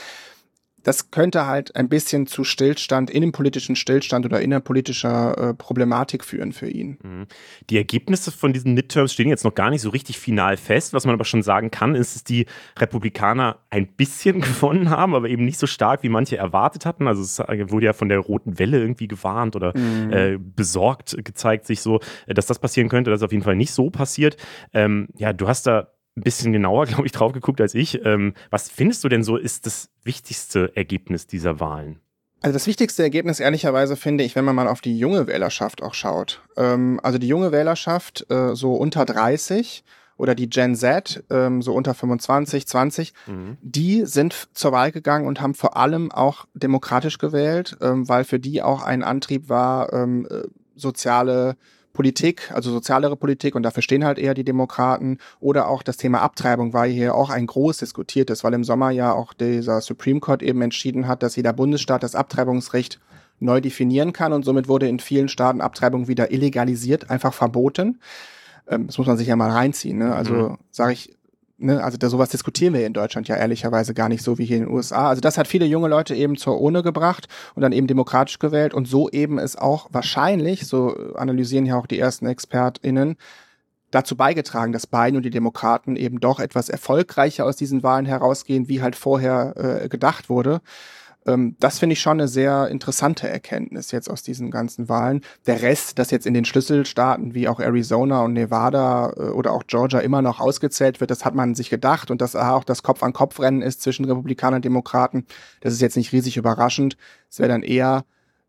Das könnte halt ein bisschen zu Stillstand, innenpolitischen Stillstand oder innerpolitischer äh, Problematik führen für ihn. Die Ergebnisse von diesen Midterms stehen jetzt noch gar nicht so richtig final fest. Was man aber schon sagen kann, ist, dass die Republikaner ein bisschen gewonnen haben, aber eben nicht so stark, wie manche erwartet hatten. Also es wurde ja von der roten Welle irgendwie gewarnt oder mhm. äh, besorgt gezeigt sich so, dass das passieren könnte. Das ist auf jeden Fall nicht so passiert. Ähm, ja, du hast da ein bisschen genauer, glaube ich, drauf geguckt als ich. Ähm, was findest du denn so, ist das wichtigste Ergebnis dieser Wahlen? Also das wichtigste Ergebnis, ehrlicherweise, finde ich, wenn man mal auf die junge Wählerschaft auch schaut. Ähm, also die junge Wählerschaft, äh, so unter dreißig oder die Gen Z, ähm, so unter fünfundzwanzig, zwanzig, mhm. die sind zur Wahl gegangen und haben vor allem auch demokratisch gewählt, ähm, weil für die auch ein Antrieb war, ähm, soziale Politik, also sozialere Politik, und dafür stehen halt eher die Demokraten, oder auch das Thema Abtreibung war hier auch ein groß diskutiertes, weil im Sommer ja auch dieser Supreme Court eben entschieden hat, dass jeder Bundesstaat das Abtreibungsrecht neu definieren kann, und somit wurde in vielen Staaten Abtreibung wieder illegalisiert, einfach verboten. Ähm, das muss man sich ja mal reinziehen, ne? Also mhm. sage ich, ne, also da sowas diskutieren wir in Deutschland ja ehrlicherweise gar nicht so wie hier in den U S A. Also das hat viele junge Leute eben zur Urne gebracht und dann eben demokratisch gewählt, und so eben ist auch wahrscheinlich, so analysieren ja auch die ersten ExpertInnen, dazu beigetragen, dass Biden und die Demokraten eben doch etwas erfolgreicher aus diesen Wahlen herausgehen, wie halt vorher äh, gedacht wurde. Ähm, das finde ich schon eine sehr interessante Erkenntnis jetzt aus diesen ganzen Wahlen. Der Rest, das jetzt in den Schlüsselstaaten wie auch Arizona und Nevada äh, oder auch Georgia immer noch ausgezählt wird, das hat man sich gedacht und dass auch das Kopf-an-Kopf-Rennen ist zwischen Republikanern und Demokraten, das ist jetzt nicht riesig überraschend. Es wäre dann eher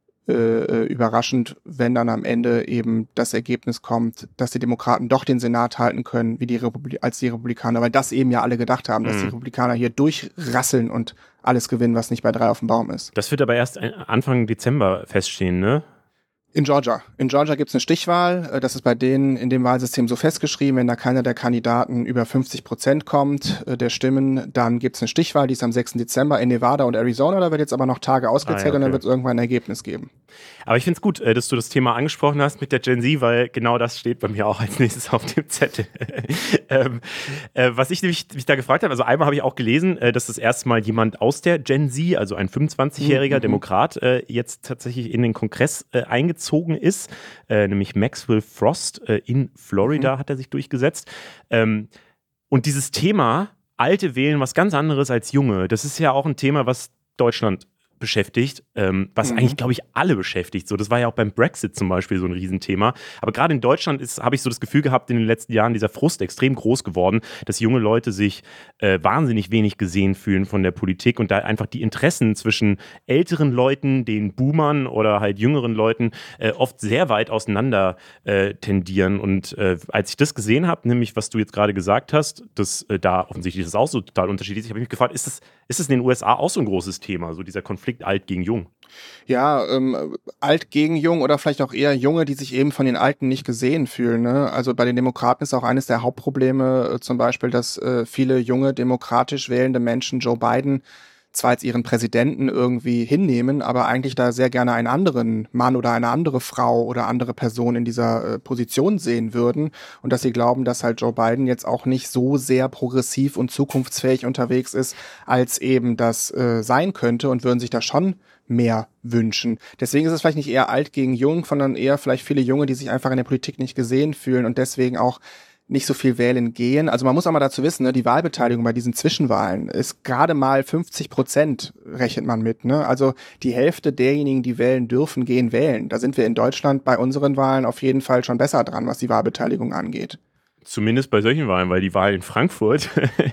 äh, überraschend, wenn dann am Ende eben das Ergebnis kommt, dass die Demokraten doch den Senat halten können, wie die Republi- als die Republikaner, weil das eben ja alle gedacht haben, dass mhm. die Republikaner hier durchrasseln und alles gewinnen, was nicht bei drei auf dem Baum ist. Das wird aber erst Anfang Dezember feststehen, ne? In Georgia. In Georgia gibt es eine Stichwahl. Das ist bei denen in dem Wahlsystem so festgeschrieben, wenn da keiner der Kandidaten über fünfzig Prozent kommt der Stimmen, dann gibt es eine Stichwahl, die ist am sechsten Dezember in Nevada und Arizona. Da wird jetzt aber noch Tage ausgezählt ah, ja, okay. und dann wird es irgendwann ein Ergebnis geben. Aber ich finde es gut, dass du das Thema angesprochen hast mit der Gen Z, weil genau das steht bei mir auch als nächstes auf dem Zettel. ähm, äh, was ich nämlich mich da gefragt habe, also einmal habe ich auch gelesen, äh, dass das erste Mal jemand aus der Gen Z, also ein fünfundzwanzigjähriger mhm. Demokrat, äh, jetzt tatsächlich in den Kongress äh, eingezogen ist, äh, nämlich Maxwell Frost äh, in Florida mhm. hat er sich durchgesetzt. Ähm, und dieses Thema, Alte wählen was ganz anderes als Junge, das ist ja auch ein Thema, was Deutschland beschäftigt, ähm, was mhm. eigentlich, glaube ich, alle beschäftigt. So, das war ja auch beim Brexit zum Beispiel so ein Riesenthema. Aber gerade in Deutschland ist, habe ich so das Gefühl gehabt, in den letzten Jahren dieser Frust extrem groß geworden, dass junge Leute sich äh, wahnsinnig wenig gesehen fühlen von der Politik und da einfach die Interessen zwischen älteren Leuten, den Boomern oder halt jüngeren Leuten äh, oft sehr weit auseinander äh, tendieren. Und äh, als ich das gesehen habe, nämlich was du jetzt gerade gesagt hast, dass äh, da offensichtlich das auch so total unterschiedlich ist, habe ich mich gefragt, ist das, ist das in den U S A auch so ein großes Thema, so dieser Konflikt alt gegen jung? Ja, ähm, alt gegen jung oder vielleicht auch eher Junge, die sich eben von den Alten nicht gesehen fühlen. Ne? Also bei den Demokraten ist auch eines der Hauptprobleme äh, zum Beispiel, dass äh, viele junge, demokratisch wählende Menschen Joe Biden zwar als ihren Präsidenten irgendwie hinnehmen, aber eigentlich da sehr gerne einen anderen Mann oder eine andere Frau oder andere Person in dieser äh, Position sehen würden und dass sie glauben, dass halt Joe Biden jetzt auch nicht so sehr progressiv und zukunftsfähig unterwegs ist, als eben das äh, sein könnte und würden sich da schon mehr wünschen. Deswegen ist es vielleicht nicht eher alt gegen jung, sondern eher vielleicht viele Junge, die sich einfach in der Politik nicht gesehen fühlen und deswegen auch nicht so viel wählen gehen. Also man muss auch mal dazu wissen, ne, die Wahlbeteiligung bei diesen Zwischenwahlen ist gerade mal fünfzig Prozent, rechnet man mit. Ne? Also die Hälfte derjenigen, die wählen dürfen, gehen wählen. Da sind wir in Deutschland bei unseren Wahlen auf jeden Fall schon besser dran, was die Wahlbeteiligung angeht. Zumindest bei solchen Wahlen, weil die Wahl in Frankfurt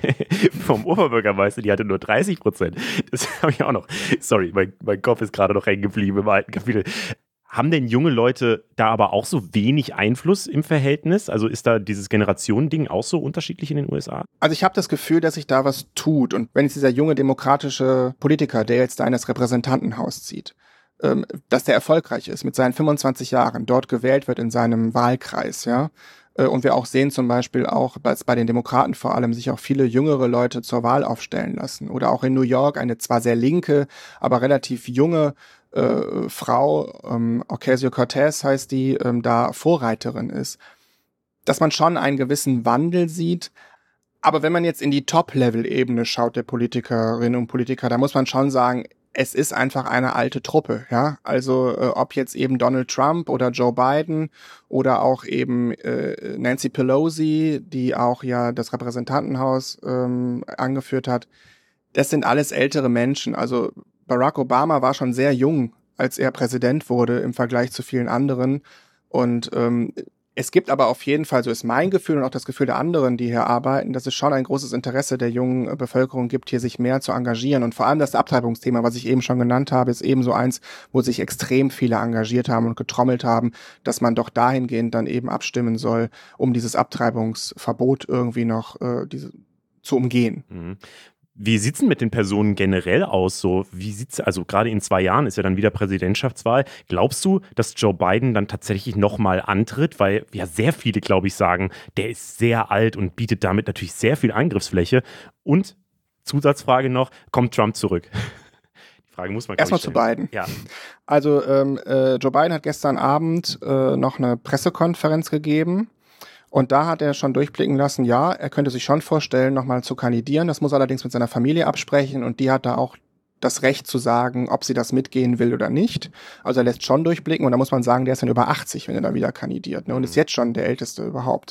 vom Oberbürgermeister, die hatte nur dreißig Prozent. Das habe ich auch noch. Sorry, mein, mein Kopf ist gerade noch hängen geblieben im alten Kapitel. Haben denn junge Leute da aber auch so wenig Einfluss im Verhältnis? Also ist da dieses Generationending auch so unterschiedlich in den U S A? Also ich habe das Gefühl, dass sich da was tut. Und wenn jetzt dieser junge demokratische Politiker, der jetzt da in das Repräsentantenhaus zieht, ähm, dass der erfolgreich ist, mit seinen fünfundzwanzig Jahren dort gewählt wird in seinem Wahlkreis, ja. Und wir auch sehen zum Beispiel auch, dass bei den Demokraten vor allem sich auch viele jüngere Leute zur Wahl aufstellen lassen. Oder auch in New York eine zwar sehr linke, aber relativ junge äh, Frau, ähm, Ocasio-Cortez heißt die, ähm, da Vorreiterin ist. Dass man schon einen gewissen Wandel sieht. Aber wenn man jetzt in die Top-Level-Ebene schaut der Politikerinnen und Politiker, da muss man schon sagen, es ist einfach eine alte Truppe, ja. Also äh, ob jetzt eben Donald Trump oder Joe Biden oder auch eben äh, Nancy Pelosi, die auch ja das Repräsentantenhaus ähm, angeführt hat, das sind alles ältere Menschen. Also Barack Obama war schon sehr jung, als er Präsident wurde im Vergleich zu vielen anderen. Und ähm, es gibt aber auf jeden Fall, so ist mein Gefühl und auch das Gefühl der anderen, die hier arbeiten, dass es schon ein großes Interesse der jungen Bevölkerung gibt, hier sich mehr zu engagieren. Und vor allem das Abtreibungsthema, was ich eben schon genannt habe, ist ebenso eins, wo sich extrem viele engagiert haben und getrommelt haben, dass man doch dahingehend dann eben abstimmen soll, um dieses Abtreibungsverbot irgendwie noch äh, diese, zu umgehen. Mhm. Wie sieht's denn mit den Personen generell aus? So, wie sieht's, also gerade in zwei Jahren ist ja dann wieder Präsidentschaftswahl. Glaubst du, dass Joe Biden dann tatsächlich nochmal antritt? Weil ja sehr viele, glaube ich, sagen, der ist sehr alt und bietet damit natürlich sehr viel Angriffsfläche. Und Zusatzfrage noch, kommt Trump zurück? Die Frage muss man erstmal zu Biden. Ja. Also ähm, äh, Joe Biden hat gestern Abend äh, noch eine Pressekonferenz gegeben. Und da hat er schon durchblicken lassen, ja, er könnte sich schon vorstellen, nochmal zu kandidieren. Das muss er allerdings mit seiner Familie absprechen und die hat da auch das Recht zu sagen, ob sie das mitgehen will oder nicht. Also er lässt schon durchblicken und da muss man sagen, der ist dann über achtzig, wenn er da wieder kandidiert, ne? Und ist jetzt schon der Älteste überhaupt.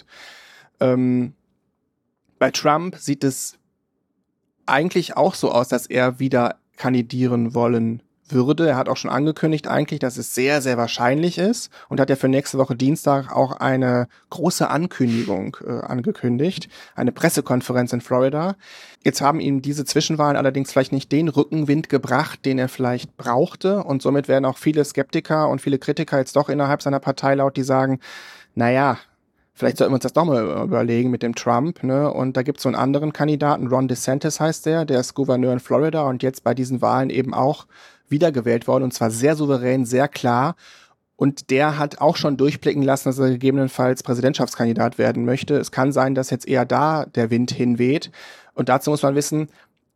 Ähm, bei Trump sieht es eigentlich auch so aus, dass er wieder kandidieren wollen würde. Er hat auch schon angekündigt eigentlich, dass es sehr, sehr wahrscheinlich ist und hat ja für nächste Woche Dienstag auch eine große Ankündigung äh, angekündigt, eine Pressekonferenz in Florida. Jetzt haben ihm diese Zwischenwahlen allerdings vielleicht nicht den Rückenwind gebracht, den er vielleicht brauchte, und somit werden auch viele Skeptiker und viele Kritiker jetzt doch innerhalb seiner Partei laut, die sagen, naja, vielleicht sollten wir uns das doch mal überlegen mit dem Trump, ne? Und da gibt es so einen anderen Kandidaten, Ron DeSantis heißt der, der ist Gouverneur in Florida und jetzt bei diesen Wahlen eben auch wiedergewählt worden, und zwar sehr souverän, sehr klar. Und der hat auch schon durchblicken lassen, dass er gegebenenfalls Präsidentschaftskandidat werden möchte. Es kann sein, dass jetzt eher da der Wind hinweht. Und dazu muss man wissen,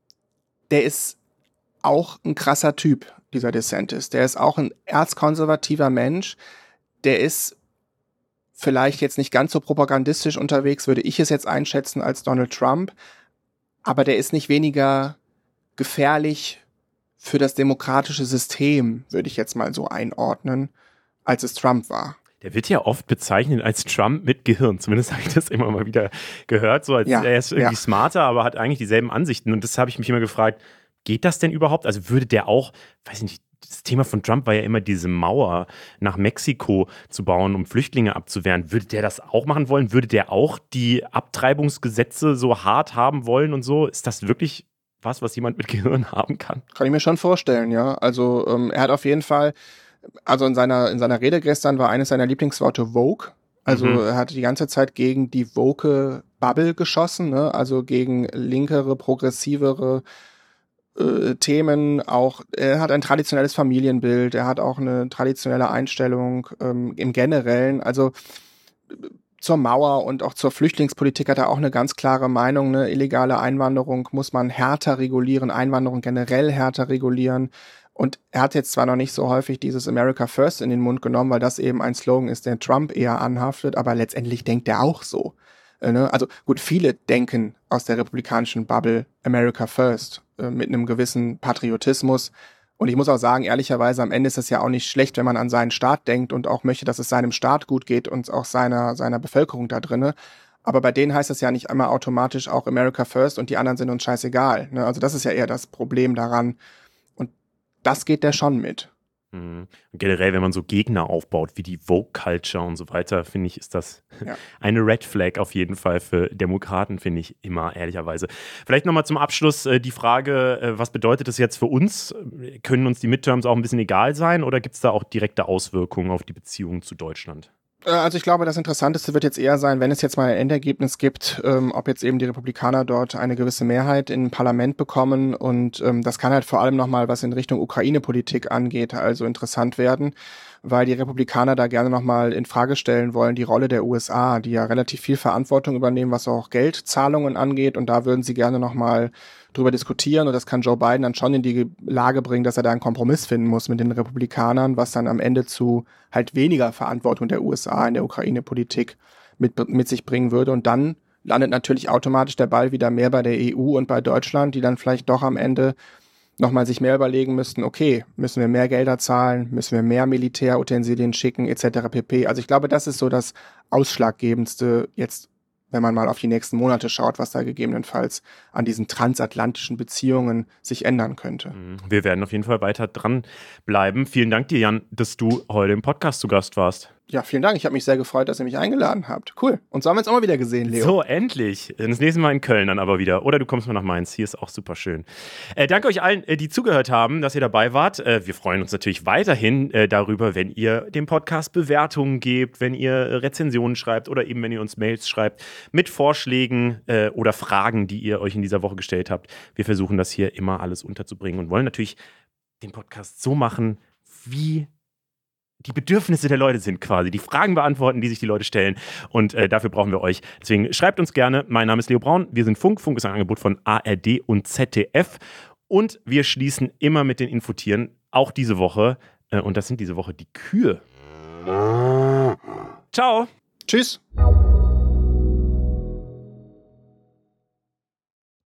der ist auch ein krasser Typ, dieser DeSantis. Der ist auch ein erzkonservativer Mensch. Der ist vielleicht jetzt nicht ganz so propagandistisch unterwegs, würde ich es jetzt einschätzen, als Donald Trump. Aber der ist nicht weniger gefährlich für das demokratische System, würde ich jetzt mal so einordnen, als es Trump war. Der wird ja oft bezeichnet als Trump mit Gehirn. Zumindest habe ich das immer mal wieder gehört. So als ja, er ist irgendwie ja. smarter, aber hat eigentlich dieselben Ansichten. Und das habe ich mich immer gefragt, geht das denn überhaupt? Also würde der auch, weiß ich nicht, das Thema von Trump war ja immer diese Mauer nach Mexiko zu bauen, um Flüchtlinge abzuwehren. Würde der das auch machen wollen? Würde der auch die Abtreibungsgesetze so hart haben wollen und so? Ist das wirklich was, was jemand mit Gehirn haben kann? Kann ich mir schon vorstellen, ja. Also ähm, er hat auf jeden Fall, also in seiner in seiner Rede gestern war eines seiner Lieblingsworte Vogue. Also mhm. er hat die ganze Zeit gegen die woke Bubble geschossen, ne? Also gegen linkere, progressivere äh, Themen. Auch er hat ein traditionelles Familienbild, er hat auch eine traditionelle Einstellung ähm, im Generellen. Also zur Mauer und auch zur Flüchtlingspolitik hat er auch eine ganz klare Meinung. Eine illegale Einwanderung muss man härter regulieren, Einwanderung generell härter regulieren. Und er hat jetzt zwar noch nicht so häufig dieses America First in den Mund genommen, weil das eben ein Slogan ist, der Trump eher anhaftet, aber letztendlich denkt er auch so. Also gut, viele denken aus der republikanischen Bubble America First mit einem gewissen Patriotismus. Und ich muss auch sagen, ehrlicherweise, am Ende ist es ja auch nicht schlecht, wenn man an seinen Staat denkt und auch möchte, dass es seinem Staat gut geht und auch seiner, seiner Bevölkerung da drinne. Aber bei denen heißt es ja nicht einmal automatisch auch America First und die anderen sind uns scheißegal. Ne? Also das ist ja eher das Problem daran. Und das geht der schon mit. Mhm. Generell, wenn man so Gegner aufbaut, wie die Woke-Culture und so weiter, finde ich, ist das ja. eine Red Flag auf jeden Fall für Demokraten, finde ich immer, ehrlicherweise. Vielleicht nochmal zum Abschluss äh, die Frage, äh, was bedeutet das jetzt für uns? Können uns die Midterms auch ein bisschen egal sein oder gibt es da auch direkte Auswirkungen auf die Beziehungen zu Deutschland? Also ich glaube, das Interessanteste wird jetzt eher sein, wenn es jetzt mal ein Endergebnis gibt, ähm, ob jetzt eben die Republikaner dort eine gewisse Mehrheit im Parlament bekommen, und ähm, das kann halt vor allem nochmal, was in Richtung Ukraine-Politik angeht, also interessant werden, weil die Republikaner da gerne nochmal in Frage stellen wollen, die Rolle der U S A, die ja relativ viel Verantwortung übernehmen, was auch Geldzahlungen angeht, und da würden sie gerne nochmal drüber diskutieren, und das kann Joe Biden dann schon in die Lage bringen, dass er da einen Kompromiss finden muss mit den Republikanern, was dann am Ende zu halt weniger Verantwortung der U S A in der Ukraine-Politik mit, mit sich bringen würde. Und dann landet natürlich automatisch der Ball wieder mehr bei der E U und bei Deutschland, die dann vielleicht doch am Ende nochmal sich mehr überlegen müssten, okay, müssen wir mehr Gelder zahlen, müssen wir mehr Militärutensilien schicken, et cetera pp. Also ich glaube, das ist so das Ausschlaggebendste jetzt, wenn man mal auf die nächsten Monate schaut, was da gegebenenfalls an diesen transatlantischen Beziehungen sich ändern könnte. Wir werden auf jeden Fall weiter dranbleiben. Vielen Dank dir, Jan, dass du heute im Podcast zu Gast warst. Ja, vielen Dank. Ich habe mich sehr gefreut, dass ihr mich eingeladen habt. Cool. Und so haben wir uns auch mal wieder gesehen, Leo. So, endlich. Das nächste Mal in Köln dann aber wieder. Oder du kommst mal nach Mainz. Hier ist auch super schön. Äh, danke euch allen, die zugehört haben, dass ihr dabei wart. Äh, wir freuen uns natürlich weiterhin äh, darüber, wenn ihr dem Podcast Bewertungen gebt, wenn ihr Rezensionen schreibt oder eben, wenn ihr uns Mails schreibt mit Vorschlägen äh, oder Fragen, die ihr euch in dieser Woche gestellt habt. Wir versuchen das hier immer alles unterzubringen und wollen natürlich den Podcast so machen, wie die Bedürfnisse der Leute sind quasi, die Fragen beantworten, die sich die Leute stellen, und äh, dafür brauchen wir euch. Deswegen schreibt uns gerne. Mein Name ist Leo Braun, wir sind Funk. Funk ist ein Angebot von A R D und Z D F und wir schließen immer mit den Infotieren, auch diese Woche, äh, und das sind diese Woche die Kühe. Ciao. Tschüss.